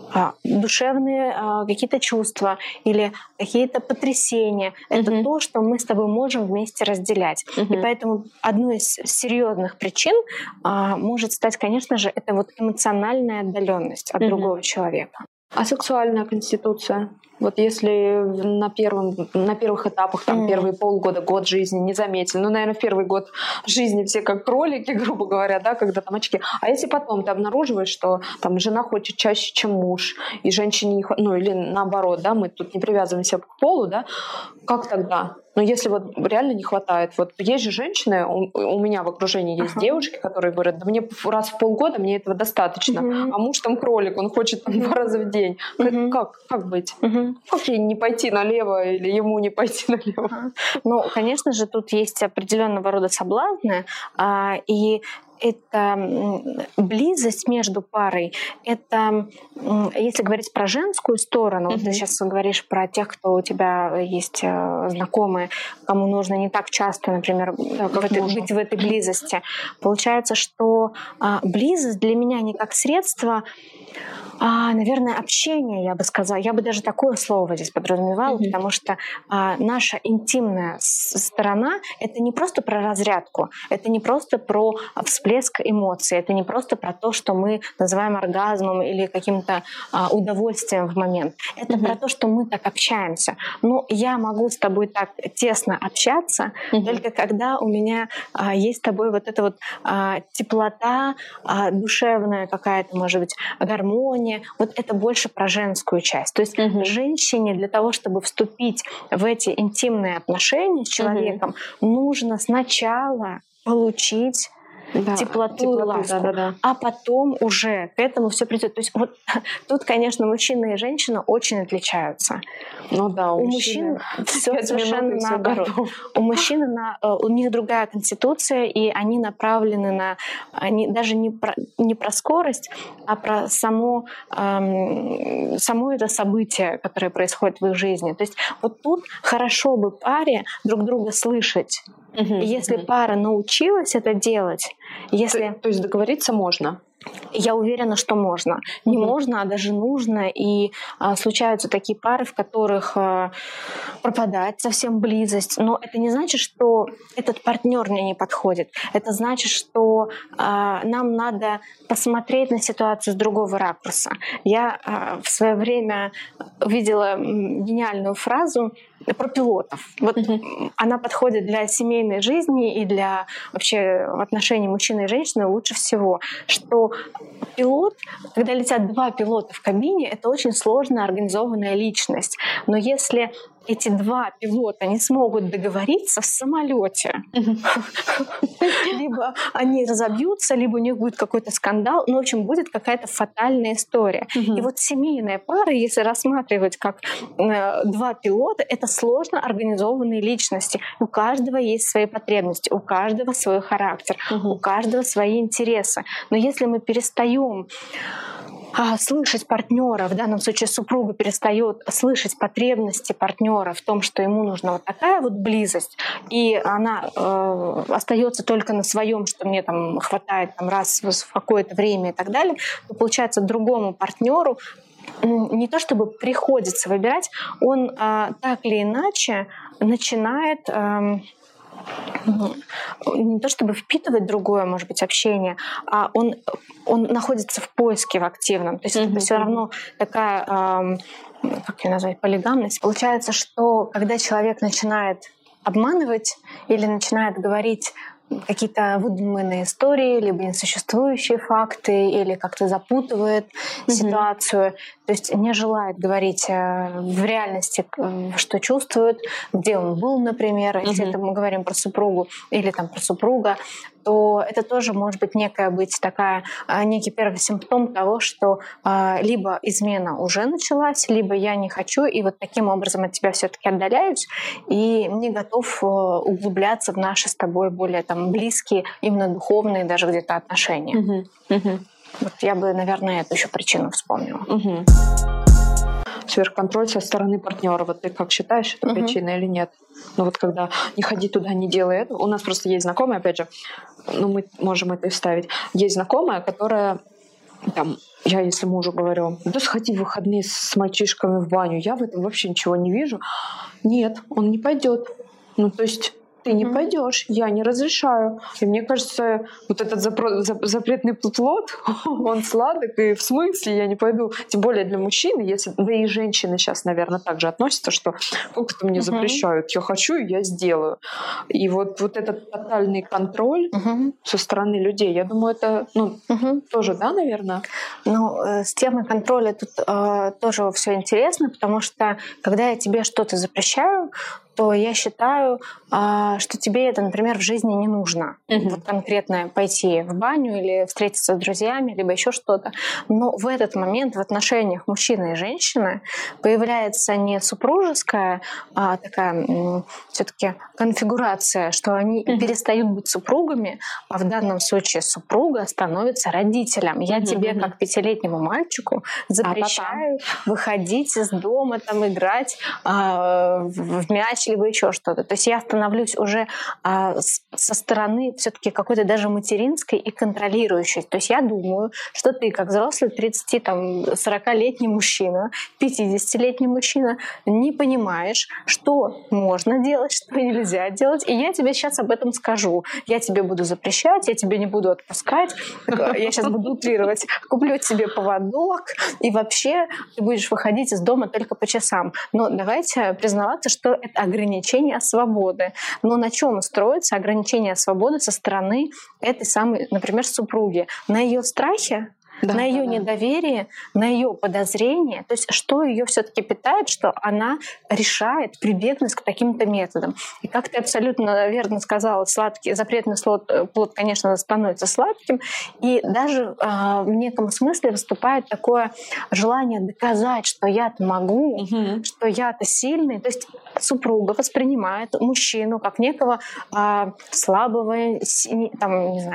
Душевные какие-то чувства или какие-то потрясения. Это то, что мы с тобой можем вместе разделять. И поэтому одной из серьезных причин может стать, конечно же, это вот эмоциональная отдаленность от другого человека. А сексуальная конституция? Вот если на первых этапах, там, первые полгода, год жизни не заметили, наверное, в первый год жизни все как кролики, грубо говоря, да, когда там очки. А если потом ты обнаруживаешь, что там жена хочет чаще, чем муж, и женщине не хватает, или наоборот, да, мы тут не привязываемся к полу, да, как тогда? Но если вот реально не хватает, вот есть же женщины, у меня в окружении есть девушки, которые говорят, да мне раз в полгода мне этого достаточно, а муж там кролик, он хочет там 2 раза в день. Как быть? Как ей не пойти налево или ему не пойти налево? Конечно же, тут есть определенного рода соблазны, и это близость между парой, это, если говорить про женскую сторону, вот ты сейчас говоришь про тех, кто у тебя есть знакомые, кому нужно не так часто, например, быть в этой близости. Получается, что близость для меня не как средство, наверное, общение, я бы сказала. Я бы даже такое слово здесь подразумевала, потому что наша интимная сторона — это не просто про разрядку, это не просто про всплеск эмоций, это не просто про то, что мы называем оргазмом или каким-то удовольствием в момент. Это про то, что мы так общаемся. Но я могу с тобой так тесно общаться, только когда у меня есть с тобой вот эта вот теплота, душевная какая-то, может быть, гармония. Вот это больше про женскую часть. То есть женщине для того, чтобы вступить в эти интимные отношения с человеком, нужно сначала получить теплоту и ласку, а потом уже к этому все придет. То есть вот тут, конечно, мужчина и женщина очень отличаются. У мужчин все совершенно наоборот. У мужчин у них другая конституция, и они направлены даже не про скорость, а про само это событие, которое происходит в их жизни. То есть вот тут хорошо бы паре друг друга слышать. И если пара научилась это делать, то есть договориться можно? Я уверена, что можно. Не можно, а даже нужно. И случаются такие пары, в которых пропадает совсем близость. Но это не значит, что этот партнер мне не подходит. Это значит, что нам надо посмотреть на ситуацию с другого ракурса. Я в свое время видела гениальную фразу про пилотов. Вот она подходит для семейной жизни и для вообще отношений мужчины и женщины лучше всего, что пилот, когда летят 2 пилота в кабине, это очень сложно организованная личность. Но если эти 2 пилота не смогут договориться в самолете, либо они разобьются, либо у них будет какой-то скандал, в общем, будет какая-то фатальная история. И вот семейная пара, если рассматривать как 2 пилота, это сложно организованные личности. У каждого есть свои потребности, у каждого свой характер, у каждого свои интересы. Но если мы перестаем слышать партнера, в данном случае супруга перестает слышать потребности партнера в том, что ему нужна вот такая вот близость, и она остается только на своем, что мне там хватает там, раз в какое-то время и так далее, то получается другому партнеру не то чтобы приходится выбирать, он так или иначе начинает не то чтобы впитывать другое, может быть, общение, а он находится в поиске в активном. То есть это все равно такая, как ее назвать, полигамность. Получается, что когда человек начинает обманывать или начинает говорить какие-то выдуманные истории, либо несуществующие факты, или как-то запутывает ситуацию, то есть не желает говорить в реальности, что чувствует, где он был, например, если это мы говорим про супругу или там про супруга, то это тоже может быть некий первый симптом того, что либо измена уже началась, либо я не хочу, и вот таким образом от тебя все-таки отдаляюсь и не готов углубляться в наши с тобой более там близкие, именно духовные даже где-то отношения. Вот я бы, наверное, эту еще причину вспомнила. Сверхконтроль со стороны партнера. Вот ты как считаешь, это причина или нет? Ну вот когда не ходи туда, не делай это. У нас просто есть знакомая, опять же, мы можем это и вставить. Есть знакомая, которая там, я если мужу говорю, да сходи в выходные с мальчишками в баню, я в этом вообще ничего не вижу. Нет, он не пойдет. Ну то есть ты не пойдешь, я не разрешаю. И мне кажется, вот этот запретный плод, он сладок, и в смысле я не пойду. Тем более для мужчины, если, да и женщины сейчас, наверное, также относятся, что как-то мне запрещают, я хочу, и я сделаю. И вот этот тотальный контроль со стороны людей, я думаю, это тоже, да, наверное? Ну, с темой контроля тут тоже все интересно, потому что когда я тебе что-то запрещаю, то я считаю, что тебе это, например, в жизни не нужно. Вот конкретно пойти в баню или встретиться с друзьями, либо еще что-то. Но в этот момент в отношениях мужчины и женщины появляется не супружеская такая все-таки конфигурация, что они перестают быть супругами, а в данном случае супруга становится родителем. Я тебе, как 5-летнему мальчику, запрещаю выходить из дома, там, играть в мяч, либо еще что-то. То есть я становлюсь уже со стороны все-таки какой-то даже материнской и контролирующей. То есть я думаю, что ты, как взрослый 30-40-летний мужчина, 50-летний мужчина, не понимаешь, что можно делать, что нельзя делать. И я тебе сейчас об этом скажу. Я тебе буду запрещать, я тебе не буду отпускать. Я сейчас буду утрировать. Куплю тебе поводок, и вообще ты будешь выходить из дома только по часам. Но давайте признаваться, что это ограничение свободы. Но на чем строится ограничение свободы со стороны этой самой, например, супруги? На ее страхе? На ее недоверие, на ее подозрение, то есть что ее все-таки питает, что она решает прибегнуть к таким-то методам. И как ты абсолютно верно сказала, запретный плод, конечно, становится сладким, и даже в неком смысле выступает такое желание доказать, что я-то могу, что я-то сильный. То есть супруга воспринимает мужчину как некого слабого, там, не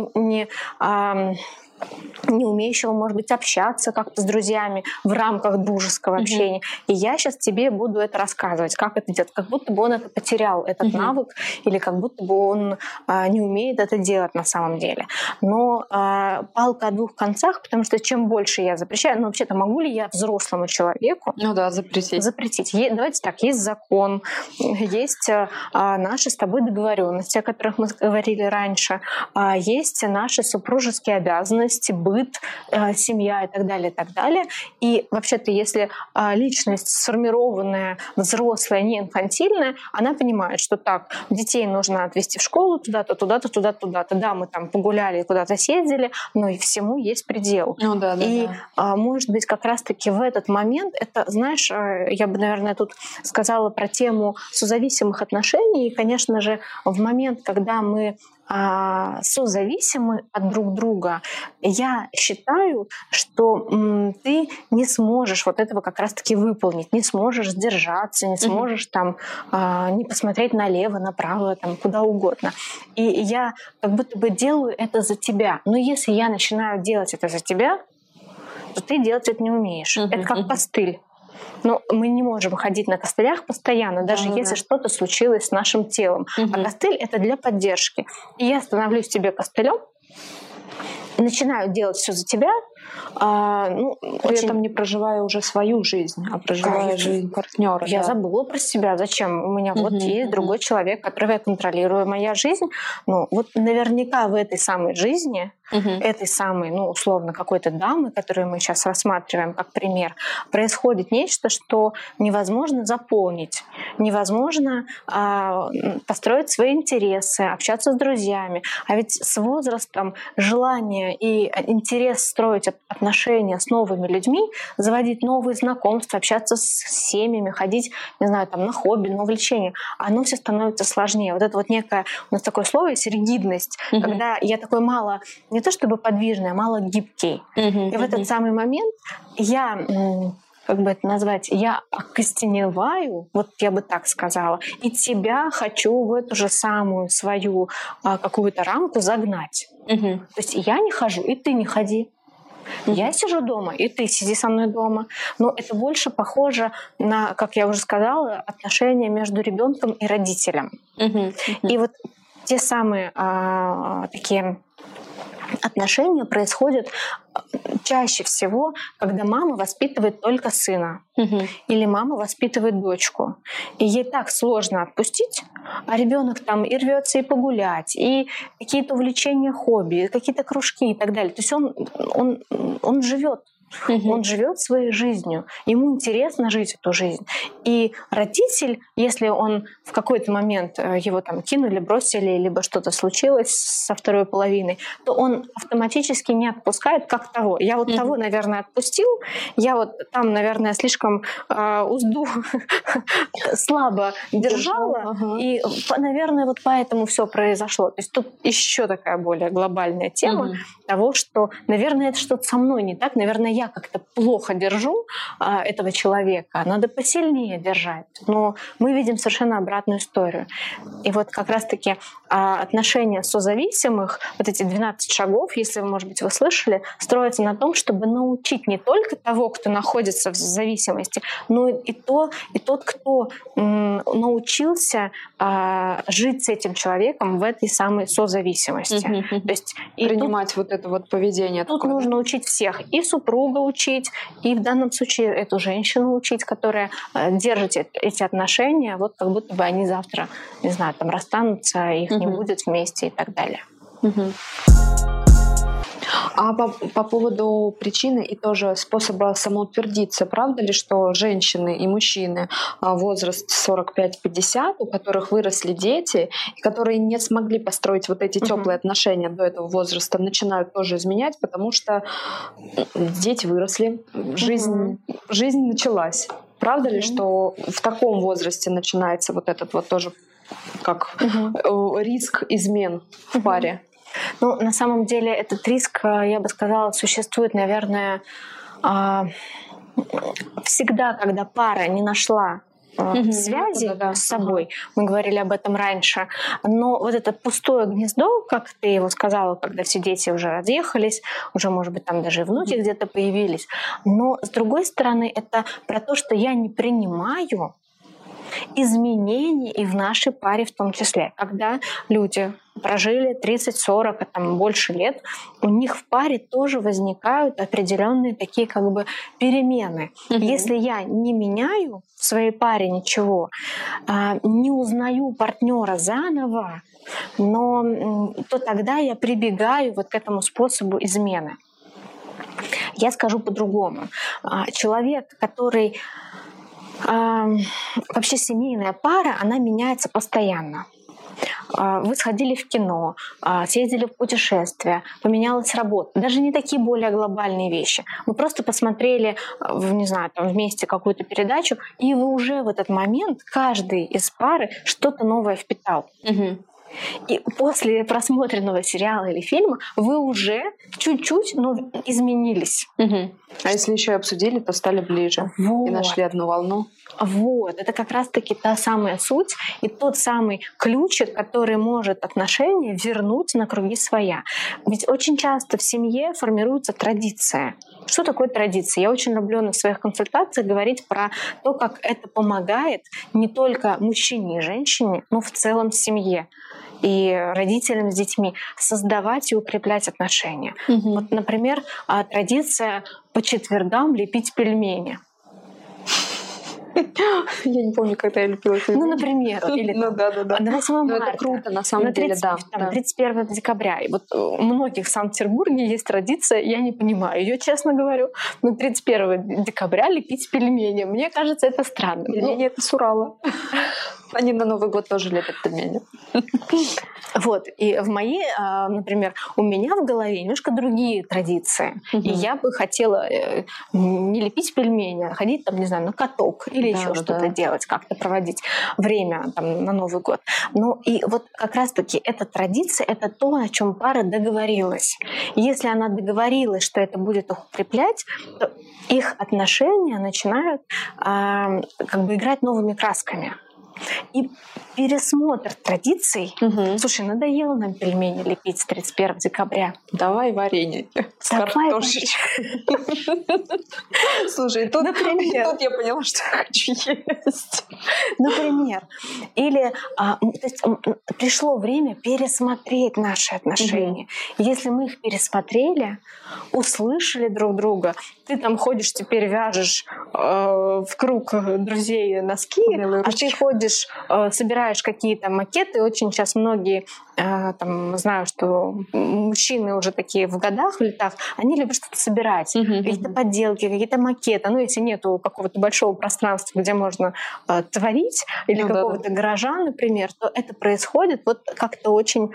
знаю, не умеющего, может быть, общаться как-то с друзьями в рамках дружеского общения. И я сейчас тебе буду это рассказывать, как это делать. Как будто бы он это потерял, этот навык, или как будто бы он не умеет это делать на самом деле. Но палка о двух концах, потому что чем больше я запрещаю, вообще-то могу ли я взрослому человеку запретить? Давайте так, есть закон, есть наши с тобой договоренности, о которых мы говорили раньше, есть наши супружеские обязанности, быт, семья и так далее, и так далее. И вообще-то, если личность сформированная, взрослая, не инфантильная, она понимает, что так, детей нужно отвезти в школу туда-то, туда-то, туда-то, туда-то. Да, мы там погуляли, куда-то съездили, но и всему есть предел. Может быть, как раз-таки в этот момент, это, знаешь, я бы, наверное, тут сказала про тему созависимых отношений. И, конечно же, в момент, когда мы созависимы от друг друга, я считаю, что ты не сможешь вот этого как раз-таки выполнить, не сможешь сдержаться, не сможешь там не посмотреть налево, направо, там, куда угодно. И я как будто бы делаю это за тебя. Но если я начинаю делать это за тебя, то ты делать это не умеешь. Это как костыль. Но мы не можем ходить на костылях постоянно, даже если что-то случилось с нашим телом. А костыль — это для поддержки. И я становлюсь тебе костылем, начинаю делать все за тебя, При этом не проживая уже свою жизнь, а проживая жизнь партнера. Я забыла про себя. Зачем? У меня вот есть другой человек, которого я контролирую. Моя жизнь, вот наверняка в этой самой жизни, этой самой, условно, какой-то дамы, которую мы сейчас рассматриваем как пример, происходит нечто, что невозможно заполнить, невозможно построить свои интересы, общаться с друзьями. А ведь с возрастом желание и интерес строить отношения с новыми людьми, заводить новые знакомства, общаться с семьями, ходить, не знаю, там, на хобби, на увлечения, оно все становится сложнее. Вот это вот некое, у нас такое слово есть, ригидность, когда я такой мало, не то чтобы подвижный, а мало гибкий. И в этот самый момент я, как бы это назвать, я окостеневаю, вот я бы так сказала, и тебя хочу в эту же самую свою какую-то рамку загнать. То есть я не хожу, и ты не ходи. Я сижу дома, и ты сиди со мной дома. Но это больше похоже на, как я уже сказала, отношения между ребенком и родителем. И вот те самые такие отношения происходят чаще всего, когда мама воспитывает только сына или мама воспитывает дочку. И ей так сложно отпустить, а ребенок там и рвется и погулять, и какие-то увлечения, хобби, какие-то кружки и так далее. То есть он живет. Он живет своей жизнью, ему интересно жить эту жизнь. И родитель, если он в какой-то момент его там кинули, бросили, либо что-то случилось со второй половиной, то он автоматически не отпускает как того. Я вот того, наверное, отпустил, я вот там, наверное, слишком узду слабо держала, и, наверное, вот поэтому все произошло. То есть тут еще такая более глобальная тема того, что, наверное, это что-то со мной не так, наверное, я как-то плохо держу этого человека, надо посильнее держать. Но мы видим совершенно обратную историю. И вот как раз-таки отношения созависимых, вот эти 12 шагов, если, может быть, вы слышали, строятся на том, чтобы научить не только того, кто находится в зависимости, но и тот, кто научился жить с этим человеком в этой самой созависимости. То есть принимать вот это вот поведение. Тут нужно учить всех. И супруга учить, и в данном случае эту женщину учить, которая держит эти отношения, вот как будто бы они завтра, не знаю, там расстанутся, их не будет вместе и так далее. А по поводу причины и тоже способа самоутвердиться, правда ли, что женщины и мужчины возраст 45-50, у которых выросли дети, и которые не смогли построить вот эти теплые отношения до этого возраста, начинают тоже изменять, потому что дети выросли, жизнь началась. Правда ли, что в таком возрасте начинается вот этот вот тоже как риск измен в паре? На самом деле этот риск, я бы сказала, существует, наверное, всегда, когда пара не нашла связи с собой. Мы говорили об этом раньше. Но вот это пустое гнездо, как ты его сказала, когда все дети уже разъехались, уже, может быть, там даже и внуки где-то появились. Но, с другой стороны, это про то, что я не принимаю изменений и в нашей паре в том числе. Когда люди прожили 30-40, там больше лет, у них в паре тоже возникают определенные такие как бы перемены. Если я не меняю в своей паре ничего, не узнаю партнера заново, то тогда я прибегаю вот к этому способу измены. Я скажу по-другому. Человек, который вообще семейная пара, она меняется постоянно. Вы сходили в кино, съездили в путешествие, поменялась работа. Даже не такие более глобальные вещи. Вы просто посмотрели, не знаю, там вместе какую-то передачу, и вы уже в этот момент, каждый из пары, что-то новое впитал. И после просмотренного сериала или фильма вы уже чуть-чуть, но изменились. А если еще и обсудили, то стали ближе и нашли одну волну. Вот, это как раз-таки та самая суть и тот самый ключик, который может отношения вернуть на круги своя. Ведь очень часто в семье формируется традиция. Что такое традиция? Я очень люблю на своих консультациях говорить про то, как это помогает не только мужчине и женщине, но в целом семье. и родителям с детьми создавать и укреплять отношения. Вот, например, традиция по четвергам лепить пельмени. Я не помню, когда я лепила пельмени. Ну, например, или на 8 марта. Это круто, на самом деле, да. 31 декабря. И вот у многих в Санкт-Петербурге есть традиция, я не понимаю ее, честно говорю, но 31 декабря лепить пельмени. Мне кажется, это странно. Пельмени — это с Урала. Они на Новый год тоже лепят пельмени. Вот. И в моей, например, у меня в голове немножко другие традиции. И я бы хотела не лепить пельмени, а ходить там, не знаю, на каток или еще что-то делать, как-то проводить время там, на Новый год. Ну и вот как раз-таки эта традиция — это то, о чем пара договорилась. Если она договорилась, что это будет их укреплять, то их отношения начинают как бы играть новыми красками. И пересмотр традиций. Слушай, надоело нам пельмени лепить с 31 декабря. Давай вареники с картошечкой. Слушай, тут я поняла, что я хочу есть. Например. Или то есть, пришло время пересмотреть наши отношения. Если мы их пересмотрели, услышали друг друга, ты там ходишь, теперь вяжешь в круг друзей носки, а ты ходишь, собираешь какие-то макеты. Очень сейчас многие, там, знаю, что мужчины уже такие в годах, в летах, они любят что-то собирать. Какие-то подделки, какие-то макеты. Ну, если нету какого-то большого пространства, где можно творить, или какого-то гаража, например, то это происходит вот как-то очень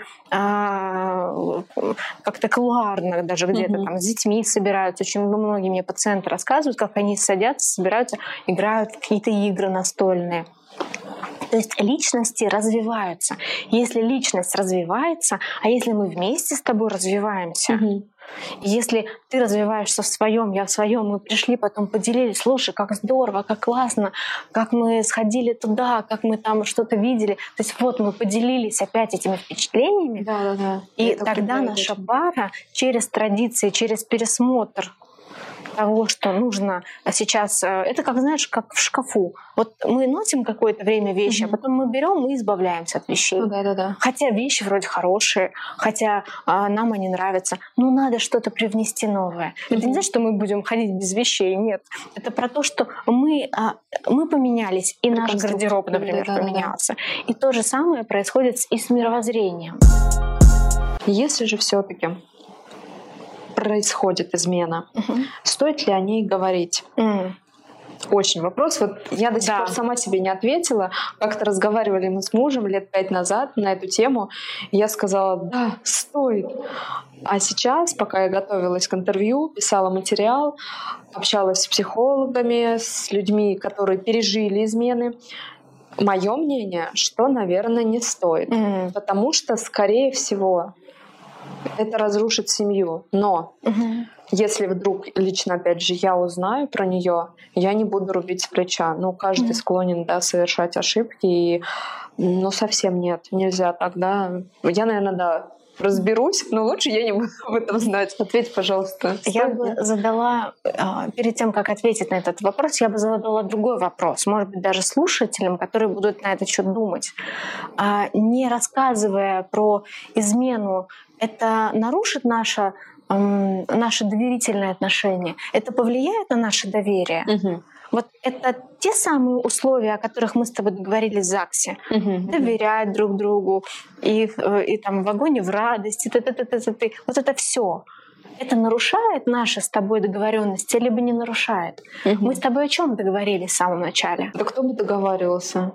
как-то кулуарно даже где-то там с детьми собираются. Очень многие мне пациенты рассказывают, как они садятся, собираются, играют в какие-то игры настольные. То есть личности развиваются. Если личность развивается, а если мы вместе с тобой развиваемся, если ты развиваешься в своем, я в своем, мы пришли, потом поделились, слушай, как здорово, как классно, как мы сходили туда, как мы там что-то видели. То есть вот мы поделились опять этими впечатлениями, и это тогда наша пара через традиции, через пересмотр того, что нужно сейчас. Это как, знаешь, как в шкафу. Вот мы носим какое-то время вещи, а потом мы берем и избавляемся от вещей. Хотя вещи вроде хорошие, хотя нам они нравятся. Но надо что-то привнести новое. Это не значит, что мы будем ходить без вещей. Нет. Это про то, что мы поменялись, и наш гардероб, например, поменялся. И то же самое происходит и с мировоззрением. Если же все-таки происходит измена, стоит ли о ней говорить? Очень вопрос. Вот я до сих пор сама себе не ответила. Как-то разговаривали мы с мужем лет 5 назад на эту тему. И я сказала, да, стоит. А сейчас, пока я готовилась к интервью, писала материал, общалась с психологами, с людьми, которые пережили измены, мое мнение, что, наверное, не стоит. Потому что, скорее всего, это разрушит семью. Но если вдруг лично, опять же, я узнаю про нее, я не буду рубить с плеча. Ну, каждый склонен, совершать ошибки. И, совсем нет, нельзя так, да. Я, наверное, разберусь, но лучше я не буду об этом знать. Ответь, пожалуйста. Я бы задала, перед тем, как ответить на этот вопрос, я бы задала другой вопрос, может быть, даже слушателям, которые будут на этот счет думать. Не рассказывая про измену, это нарушит наши доверительные отношения? Это повлияет на наше доверие? Вот это те самые условия, о которых мы с тобой договорились в ЗАГСе. Доверять друг другу, и там в огонь, и в радости. Вот это все. Это нарушает наши с тобой договоренности, либо не нарушает? Мы с тобой о чем договорились в самом начале? Да кто бы договаривался?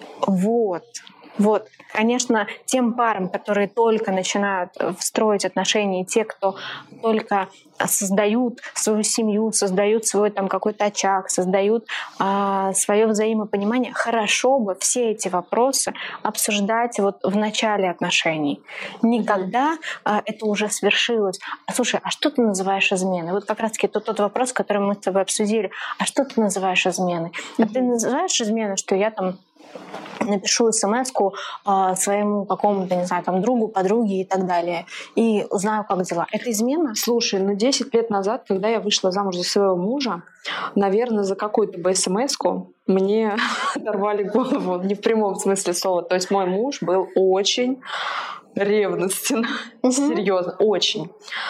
Вот, конечно, тем парам, которые только начинают строить отношения, те, кто только создают свою семью, создают свой там какой-то очаг, создают свое взаимопонимание, хорошо бы все эти вопросы обсуждать вот в начале отношений. Никогда это уже свершилось. Слушай, а что ты называешь изменой? Вот как раз-таки тот вопрос, который мы с тобой обсудили. А что ты называешь изменой? А ты называешь изменой, что я там напишу смс-ку своему какому-то, не знаю, там, другу, подруге и так далее, и узнаю, как дела. Это измена? Слушай, 10 лет назад, когда я вышла замуж за своего мужа, наверное, за какую-то бы смс-ку мне оторвали голову, не в прямом смысле слова. То есть мой муж был очень ревностен, серьезно, очень.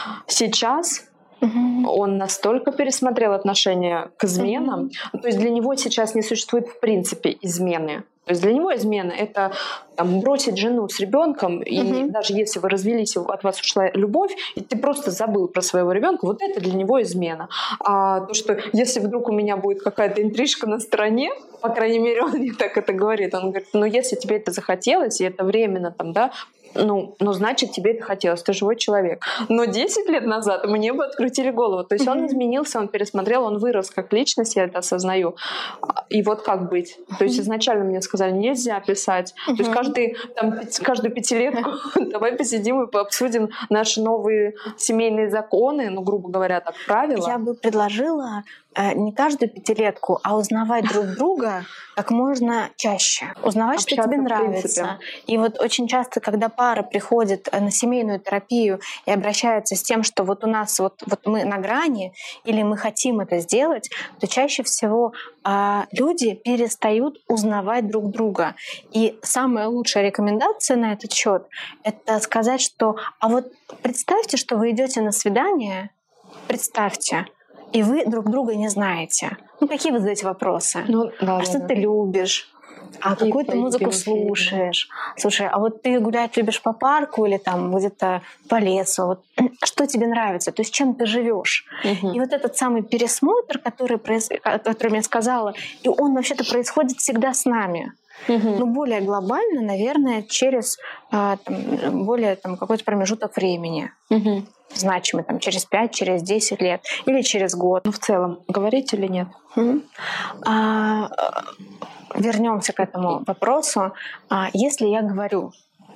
Сейчас он настолько пересмотрел отношение к изменам, то есть для него сейчас не существует в принципе измены. То есть для него измена — это там, бросить жену с ребенком, и даже если вы развелись, от вас ушла любовь, и ты просто забыл про своего ребенка, вот это для него измена. А то, что если вдруг у меня будет какая-то интрижка на стороне, по крайней мере, он мне так это говорит, он говорит, если тебе это захотелось, и это временно там, да, значит, тебе это хотелось, ты живой человек. Но 10 лет назад мне бы открутили голову. То есть он изменился, он пересмотрел, он вырос как личность, я это осознаю. И вот как быть? То есть изначально мне сказали, нельзя писать. То есть каждую пятилетку давай посидим и пообсудим наши новые семейные законы, грубо говоря, так, правила. Я бы предложила не каждую пятилетку, а узнавать друг друга как можно чаще. Узнавать, что тебе нравится. И вот очень часто, когда пара приходит на семейную терапию и обращается с тем, что вот у нас вот мы на грани, или мы хотим это сделать, то чаще всего люди перестают узнавать друг друга. И самая лучшая рекомендация на этот счет — это сказать, что вот представьте, что вы идете на свидание, представьте, и вы друг друга не знаете. Какие вы задаете вопросы? Что ты любишь? Какую ты музыку слушаешь? Слушай, а вот ты гулять любишь по парку или там где-то по лесу? Вот, что тебе нравится? То есть чем ты живешь? И вот этот самый пересмотр, который я сказала, и он вообще-то происходит всегда с нами. Но более глобально, наверное, через более какой-то промежуток времени. Значимый, через 5, через 10 лет или через год. В целом, говорить или нет? Вернемся к этому вопросу. Если я говорю,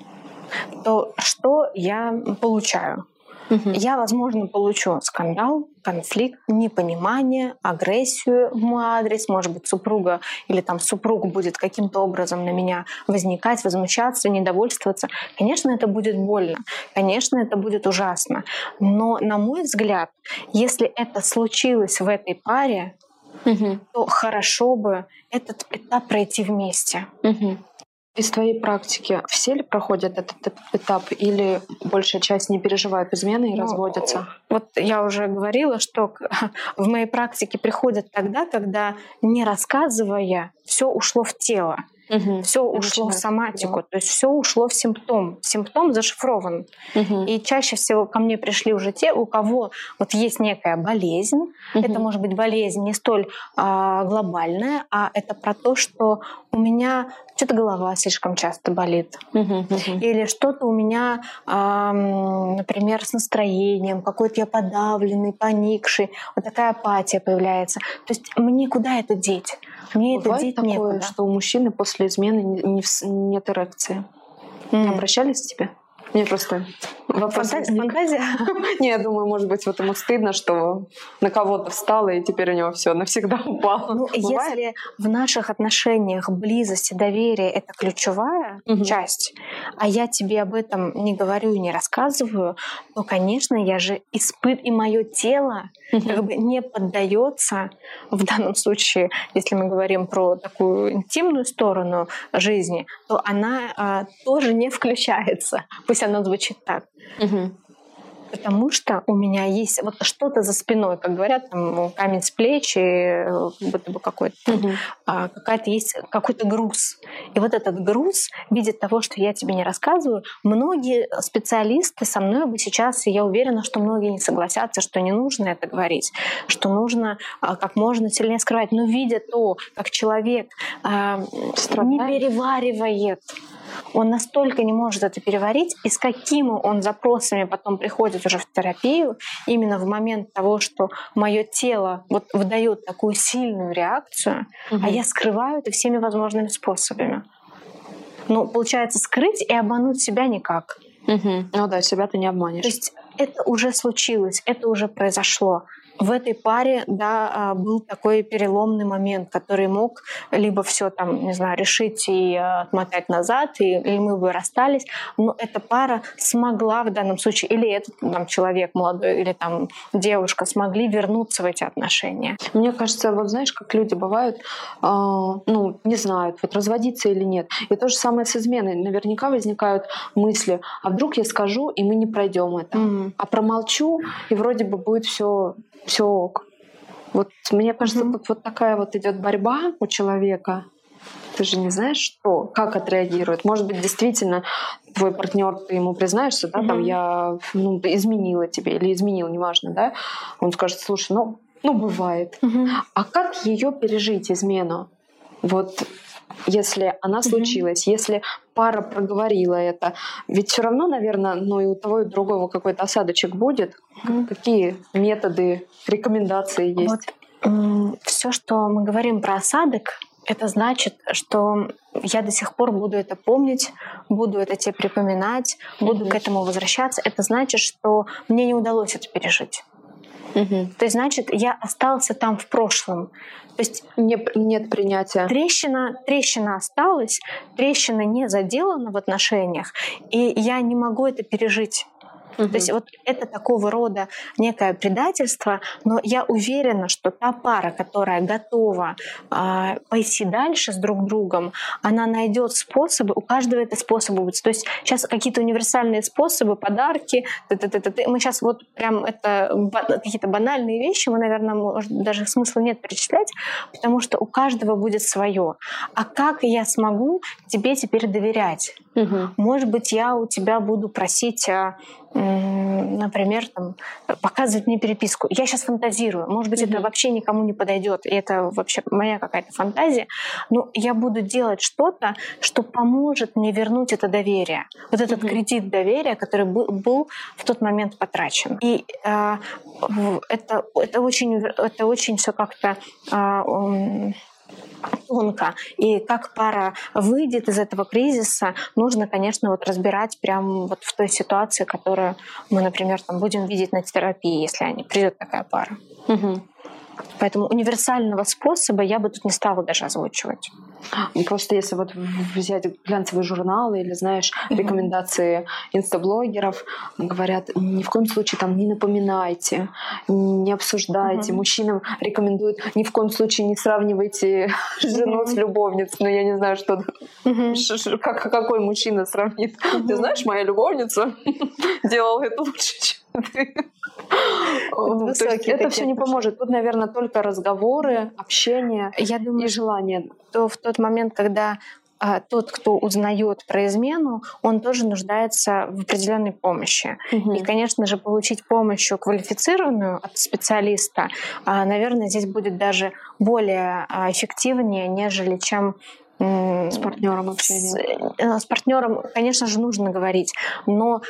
то что я получаю? Я, возможно, получу скандал, конфликт, непонимание, агрессию в мой адрес. Может быть, супруга или супруг будет каким-то образом на меня возникать, возмущаться, недовольствоваться. Конечно, это будет больно. Конечно, это будет ужасно. Но, на мой взгляд, если это случилось в этой паре, то хорошо бы этот этап пройти вместе. Из твоей практики все ли проходят этот этап или большая часть не переживает измены и разводятся? Вот я уже говорила, что в моей практике приходят тогда, когда, не рассказывая, все ушло в тело. Все ушло в соматику, то есть все ушло в симптом. Симптом зашифрован. И чаще всего ко мне пришли уже те, у кого есть некая болезнь. Это может быть болезнь не столь глобальная, а это про то, что у меня что-то голова слишком часто болит. Или что-то у меня, например, с настроением, какой-то я подавленный, поникший. Вот такая апатия появляется. То есть мне куда это деть? Мне бывает это деть такое, некуда. что у мужчины после измены нет эрекции? Не обращались к тебе? Мне просто вопрос. Фантазия? Не, я думаю, может быть, ему стыдно, что на кого-то встала, и теперь у него все навсегда упало. Если в наших отношениях близость и доверие — это ключевая часть, а я тебе об этом не говорю и не рассказываю, то, конечно, я же и мое тело не поддается в данном случае, если мы говорим про такую интимную сторону жизни, то она тоже не включается. Пусть оно звучит так. Потому что у меня есть что-то за спиной, как говорят, камень с плеч, и будто бы какой-то груз. И вот этот груз, в виде того, что я тебе не рассказываю, многие специалисты со мной бы сейчас, и я уверена, что многие не согласятся, что не нужно это говорить, что нужно как можно сильнее скрывать. Но видя то, как человек не переваривает, он настолько не может это переварить, и с какими он запросами потом приходит уже в терапию, именно в момент того, что мое тело выдает такую сильную реакцию, а я скрываю это всеми возможными способами. Получается, скрыть и обмануть себя никак. Ну да, себя ты не обманешь. То есть это уже случилось, это уже произошло. в этой паре, да, был такой переломный момент, который мог либо все там, не знаю, решить и отмотать назад, и мы бы расстались, но эта пара смогла в данном случае, или этот там человек молодой, или там девушка смогли вернуться в эти отношения. Мне кажется, вот знаешь, как люди бывают, не знают, вот разводиться или нет. И то же самое с изменой. Наверняка возникают мысли, а вдруг я скажу, и мы не пройдем это. А промолчу, и вроде бы будет все ок. Вот мне кажется, тут вот такая вот идет борьба у человека. Ты же не знаешь, как отреагирует. Может быть, действительно, твой партнер, ты ему признаешься, да, там я изменила тебе или изменил, неважно, да. Он скажет, слушай, бывает. А как ее пережить, измену? Вот если она случилась, если пара проговорила это, ведь все равно, наверное, и у того, и у другого какой-то осадочек будет. Какие методы, рекомендации есть? Вот, все, что мы говорим про осадок, это значит, что я до сих пор буду это помнить, буду это тебе припоминать, буду к этому возвращаться. Это значит, что мне не удалось это пережить. То есть, значит, я остался там в прошлом. То есть нет принятия. Трещина осталась, трещина не заделана в отношениях, и я не могу это пережить. То есть вот это такого рода некое предательство, но я уверена, что та пара, которая готова пойти дальше с друг другом, она найдет способы, у каждого это способы будет. То есть сейчас какие-то универсальные способы, подарки, мы сейчас вот прям это какие-то банальные вещи, мы, наверное, даже смысла нет перечислять, потому что у каждого будет свое. А как я смогу тебе теперь доверять? Может быть, я у тебя буду просить, например, показывать мне переписку. Я сейчас фантазирую. Может быть, это вообще никому не подойдет, и это вообще моя какая-то фантазия. Но я буду делать что-то, что поможет мне вернуть это доверие. Вот этот кредит доверия, который был в тот момент потрачен. И это очень все как-то тонко. И как пара выйдет из этого кризиса, нужно, конечно, вот разбирать прямо вот в той ситуации, которую мы, например, будем видеть на терапии, если придет такая пара. Поэтому универсального способа я бы тут не стала даже озвучивать. Просто если вот взять глянцевые журналы или, знаешь, рекомендации инстаблогеров, говорят, ни в коем случае не напоминайте, не обсуждайте. Мужчинам рекомендуют ни в коем случае не сравнивайте жену с любовницей. Я не знаю, что какой мужчина сравнит. Ты знаешь, моя любовница делала это лучше, чем ты. То есть это все не поможет. Тут, наверное, только разговоры, общение и желание. То в тот момент, когда тот, кто узнает про измену, он тоже нуждается в определенной помощи. И, конечно же, получить помощь квалифицированную от специалиста, наверное, здесь будет даже более эффективнее, нежели чем с партнером общение. С партнером, конечно же, нужно говорить, но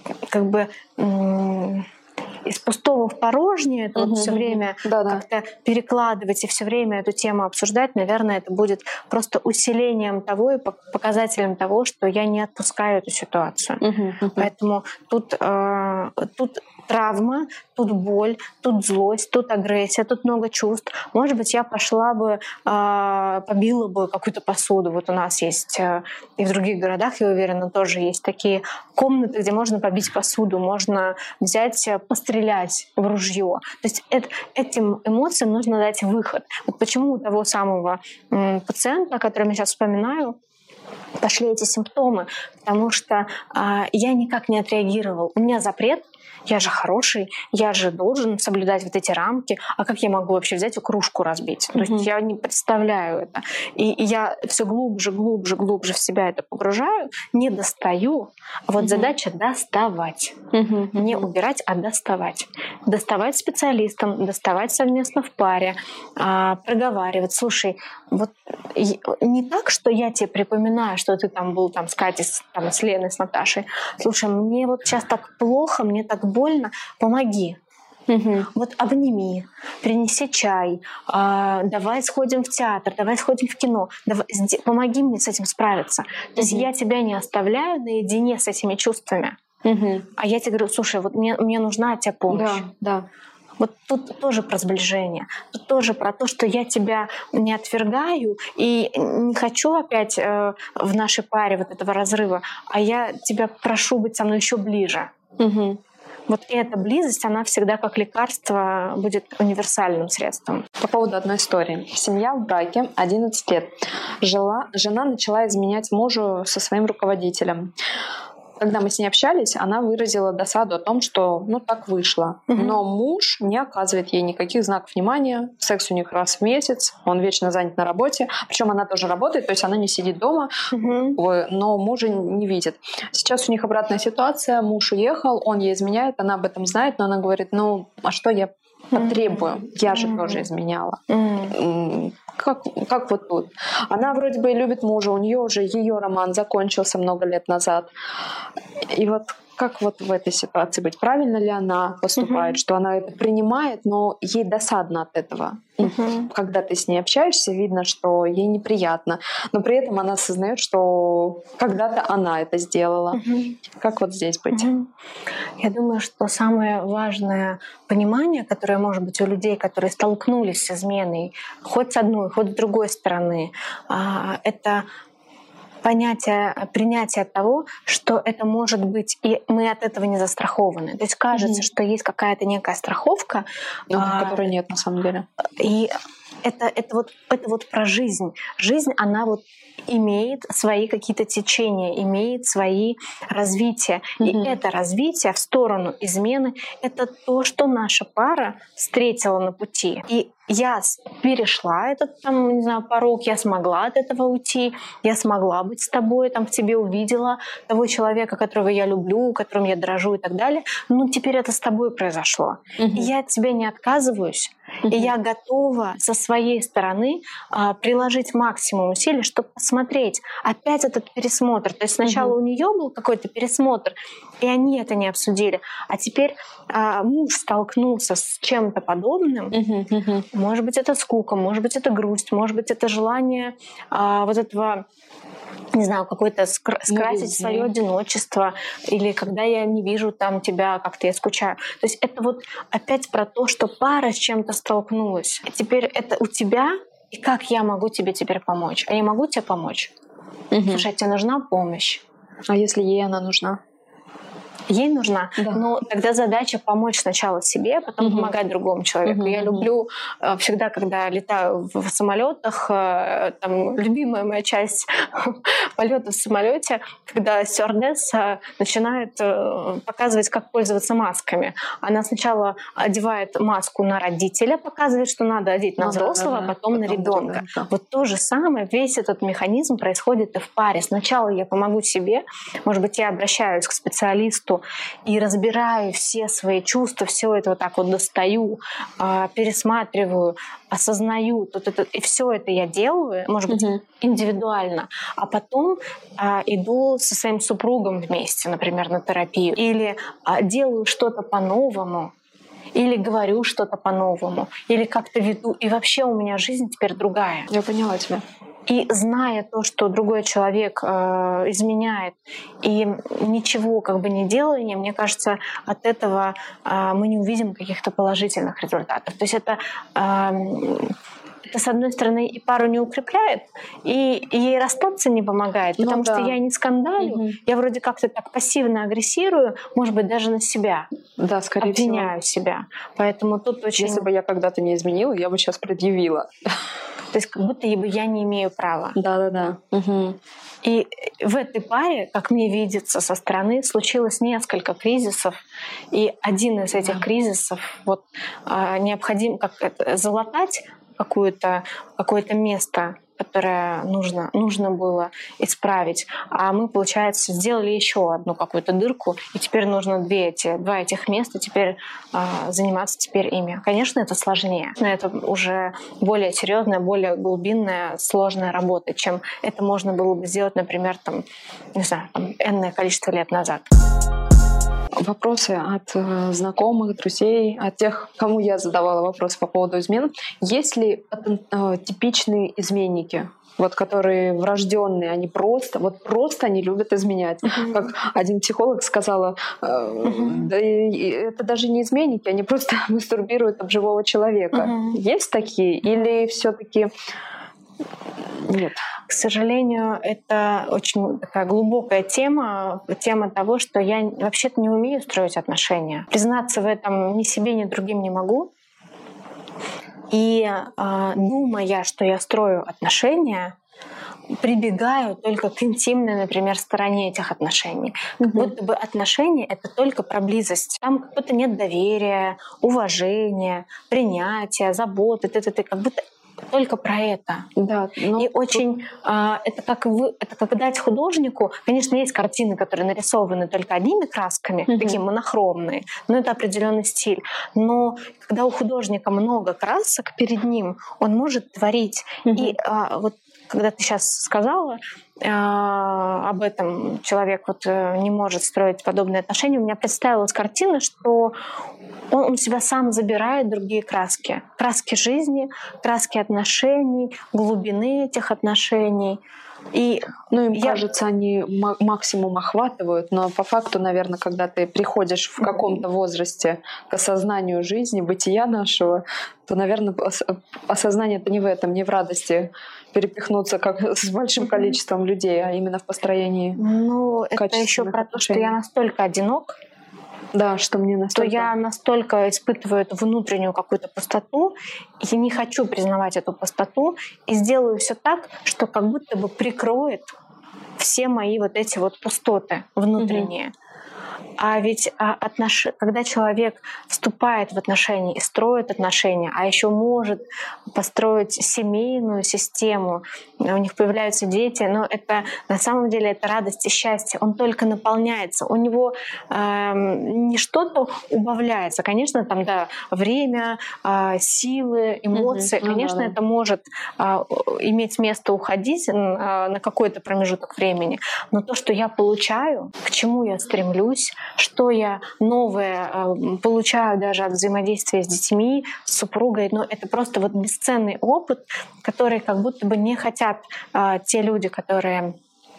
из пустого в порожнее, это все время как-то перекладывать и все время эту тему обсуждать, наверное, это будет просто усилением того и показателем того, что я не отпускаю эту ситуацию. Поэтому тут травма, тут боль, тут злость, тут агрессия, тут много чувств. Может быть, я пошла бы, побила бы какую-то посуду. Вот у нас есть и в других городах, я уверена, тоже есть такие комнаты, где можно побить посуду, можно взять, пострелять в ружье. То есть этим эмоциям нужно дать выход. Вот почему у того самого пациента, о котором я сейчас вспоминаю, пошли эти симптомы, потому что я никак не отреагировал. У меня запрет, я же хороший, я же должен соблюдать вот эти рамки. А как я могу вообще взять и кружку разбить? То есть я не представляю это. И я все глубже в себя это погружаю, не достаю. А вот задача доставать. Не убирать, а доставать. Доставать специалистам, доставать совместно в паре, проговаривать. Слушай, вот не так, что я тебе припоминаю, что ты был с Катей, с Леной, с Наташей. Слушай, мне вот сейчас так плохо, мне так больно, помоги. Вот обними, принеси чай, давай сходим в театр, давай сходим в кино, помоги мне с этим справиться. То есть я тебя не оставляю наедине с этими чувствами, а я тебе говорю, слушай, вот мне нужна от тебя помощь. Да. Вот тут тоже про сближение. Тут тоже про то, что я тебя не отвергаю и не хочу опять в нашей паре вот этого разрыва, а я тебя прошу быть со мной еще ближе. Угу. Вот эта близость, она всегда как лекарство будет универсальным средством. По поводу одной истории. Семья в браке 11 лет. Жена начала изменять мужу со своим руководителем. Когда мы с ней общались, она выразила досаду о том, что так вышло. Но муж не оказывает ей никаких знаков внимания. Секс у них раз в месяц, он вечно занят на работе. Причем она тоже работает, то есть она не сидит дома, но мужа не видит. Сейчас у них обратная ситуация. Муж уехал, он ей изменяет, она об этом знает, но она говорит, а что я потребую? Я же тоже изменяла. Как вот тут? Она вроде бы и любит мужа, у нее уже ее роман закончился много лет назад. И вот как вот в этой ситуации быть? Правильно ли она поступает, что она это принимает, но ей досадно от этого? Когда ты с ней общаешься, видно, что ей неприятно, но при этом она осознает, что когда-то она это сделала. Как вот здесь быть? Я думаю, что самое важное понимание, которое может быть у людей, которые столкнулись с изменой, хоть с одной, хоть с другой стороны, это принятие того, что это может быть, и мы от этого не застрахованы. То есть кажется, что есть какая-то некая страховка, которой нет на самом деле. И это вот про жизнь. Жизнь, она вот имеет свои какие-то течения, имеет свои развития. И это развитие в сторону измены — это то, что наша пара встретила на пути. И я перешла этот порог, я смогла от этого уйти, я смогла быть с тобой, в тебе увидела того человека, которого я люблю, которым я дорожу и так далее. Теперь это с тобой произошло. И я от тебя не отказываюсь, и я готова со своей стороны приложить максимум усилий, чтобы посмотреть опять этот пересмотр. То есть сначала у нее был какой-то пересмотр, и они это не обсудили. А теперь муж столкнулся с чем-то подобным. Может быть, это скука, может быть, это грусть, может быть, это желание вот этого, не знаю, какое-то скрасить свое одиночество, или когда я не вижу тебя, как-то я скучаю. То есть это вот опять про то, что пара с чем-то столкнулась. И теперь это у тебя, и как я могу тебе теперь помочь? А я могу тебе помочь? Слушай, тебе нужна помощь. А если ей она нужна? Ей нужна, но тогда задача помочь сначала себе, потом помогать другому человеку. Я люблю всегда, когда летаю в самолетах, любимая моя часть полета в самолете, когда стюардесса начинает показывать, как пользоваться масками. Она сначала одевает маску на родителя, показывает, что надо одеть на взрослого, а потом на ребенка. Вот то же самое, весь этот механизм происходит и в паре. Сначала я помогу себе, может быть, я обращаюсь к специалисту и разбираю все свои чувства, все это вот так вот достаю, пересматриваю, осознаю, и все это я делаю, может быть, индивидуально, а потом иду со своим супругом вместе, например, на терапию, или делаю что-то по-новому, или говорю что-то по-новому, или как-то веду, и вообще у меня жизнь теперь другая. Я поняла тебя. И зная то, что другой человек изменяет, и ничего не делая, мне кажется, от этого мы не увидим каких-то положительных результатов. То есть это с одной стороны и пару не укрепляет, и ей расстаться не помогает, потому что я не скандалю, я вроде как-то так пассивно агрессирую, может быть, даже на себя. Да, скорее всего. Обвиняю себя. Поэтому тут очень... Если бы я когда-то не изменила, я бы сейчас предъявила. То есть как будто бы я не имею права. Да. И в этой паре, как мне видится со стороны, случилось несколько кризисов. И один из этих кризисов необходимо залатать какое-то место, которое нужно было исправить. А мы, получается, сделали еще одну какую-то дырку, и теперь нужно два этих места теперь заниматься теперь ими. Конечно, это сложнее, но это уже более серьезная, более глубинная, сложная работа, чем это можно было бы сделать, например, энное количество лет назад. Вопросы от знакомых, друзей, от тех, кому я задавала вопросы по поводу измен. Есть ли типичные изменники? вот которые врожденные, они просто они любят изменять. Как один психолог сказала, да, это даже не изменники, они просто мастурбируют об живого человека. Есть такие или все-таки нет? К сожалению, это очень такая глубокая тема того, что я вообще-то не умею строить отношения. Признаться в этом ни себе, ни другим не могу. И думая, что я строю отношения, прибегаю только к интимной, например, стороне этих отношений. Как будто бы отношения — это только про близость. Там как будто нет доверия, уважения, принятия, заботы, как будто только про это. Да, и очень это как дать художнику. Конечно, есть картины, которые нарисованы только одними красками, такие монохромные, но это определенный стиль. Но когда у художника много красок перед ним, он может творить. И вот когда ты сейчас сказала об этом, человек не может строить подобные отношения, у меня представилась картина, что он у себя сам забирает другие краски. Краски жизни, краски отношений, глубины этих отношений. И им кажется, они максимум охватывают, но по факту, наверное, когда ты приходишь в каком-то возрасте к осознанию жизни, бытия нашего, то, наверное, осознание-то не в этом, не в радости перепихнуться как с большим количеством людей, а именно в построении это еще про то, что я настолько одинок, да, что мне настолько... То я настолько испытываю эту внутреннюю какую-то пустоту, и не хочу признавать эту пустоту, и сделаю все так, что как будто бы прикроет все мои эти пустоты внутренние. А ведь когда человек вступает в отношения и строит отношения, а еще может построить семейную систему, у них появляются дети, но это на самом деле это радость и счастье. Он только наполняется. У него не что-то убавляется. Конечно, там время, силы, эмоции. Конечно, это может иметь место уходить на какой-то промежуток времени. Но то, что я получаю, к чему я стремлюсь, что я новое получаю даже от взаимодействия с детьми, с супругой, но это просто бесценный опыт, который как будто бы не хотят те люди, которые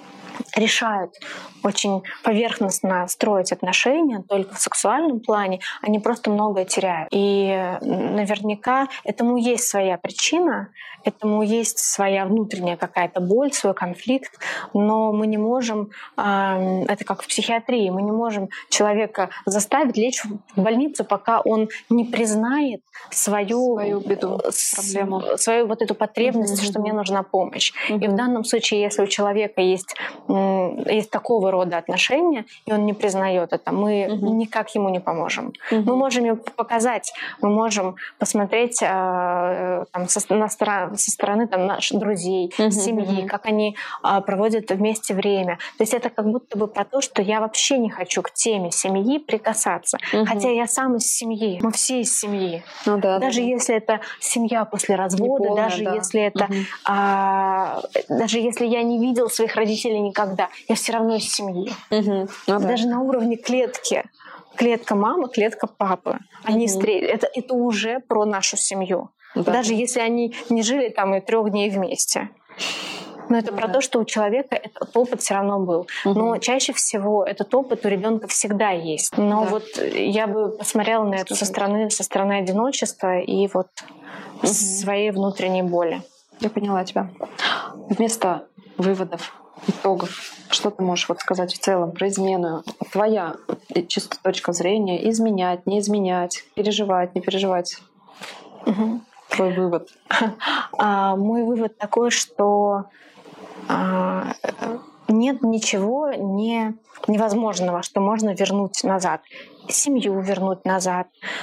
решают очень поверхностно строить отношения только в сексуальном плане, они просто многое теряют. И наверняка этому есть своя причина, этому есть своя внутренняя какая-то боль, свой конфликт, но мы не можем, это как в психиатрии, мы не можем человека заставить лечь в больницу, пока он не признает свою беду, проблему, свою эту потребность, что мне нужна помощь. И в данном случае, если у человека есть такого рода отношения, и он не признает это, мы никак ему не поможем. Мы можем ему показать, мы можем посмотреть со стороны наших друзей, семьи, как они проводят вместе время. То есть это как будто бы про то, что я вообще не хочу к теме семьи прикасаться. Хотя я сам из семьи, мы все из семьи. Даже если это семья после развода, неполная, даже если это даже если я не видел своих родителей никогда, я все равно из семьи. Даже на уровне клетки. Клетка мамы, клетка папы. Они это уже про нашу семью. Даже если они не жили и 3 дней вместе. Но это про то, что у человека этот опыт все равно был. Но чаще всего этот опыт у ребенка всегда есть. Но я бы посмотрела на это со стороны одиночества и своей внутренней боли. Я поняла тебя. Вместо выводов, итогов, что ты можешь сказать в целом про измену? Твоя чисто точка зрения: изменять, не изменять, переживать, не переживать. Твой вывод? Мой вывод такой, что нет ничего невозможного, что можно вернуть назад. Семью вернуть назад,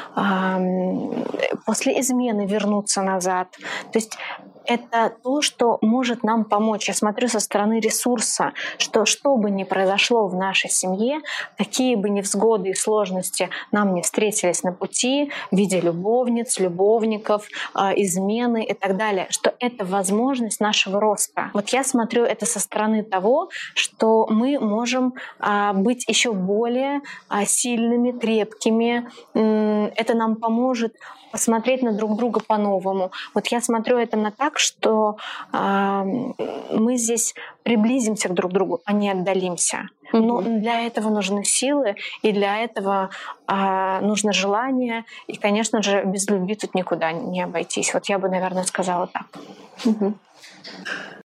после измены вернуться назад. То есть это то, что может нам помочь. Я смотрю со стороны ресурса, что бы ни произошло в нашей семье, какие бы невзгоды и сложности нам не встретились на пути в виде любовниц, любовников, измены и так далее, что это возможность нашего роста. Я смотрю это со стороны того, что мы можем быть еще более сильными, крепкими. Это нам поможет посмотреть на друг друга по-новому. Я смотрю это так, так, что мы здесь приблизимся друг к другу, а не отдалимся. Но для этого нужны силы, и для этого нужно желание. И, конечно же, без любви тут никуда не обойтись. Вот я бы, наверное, сказала так.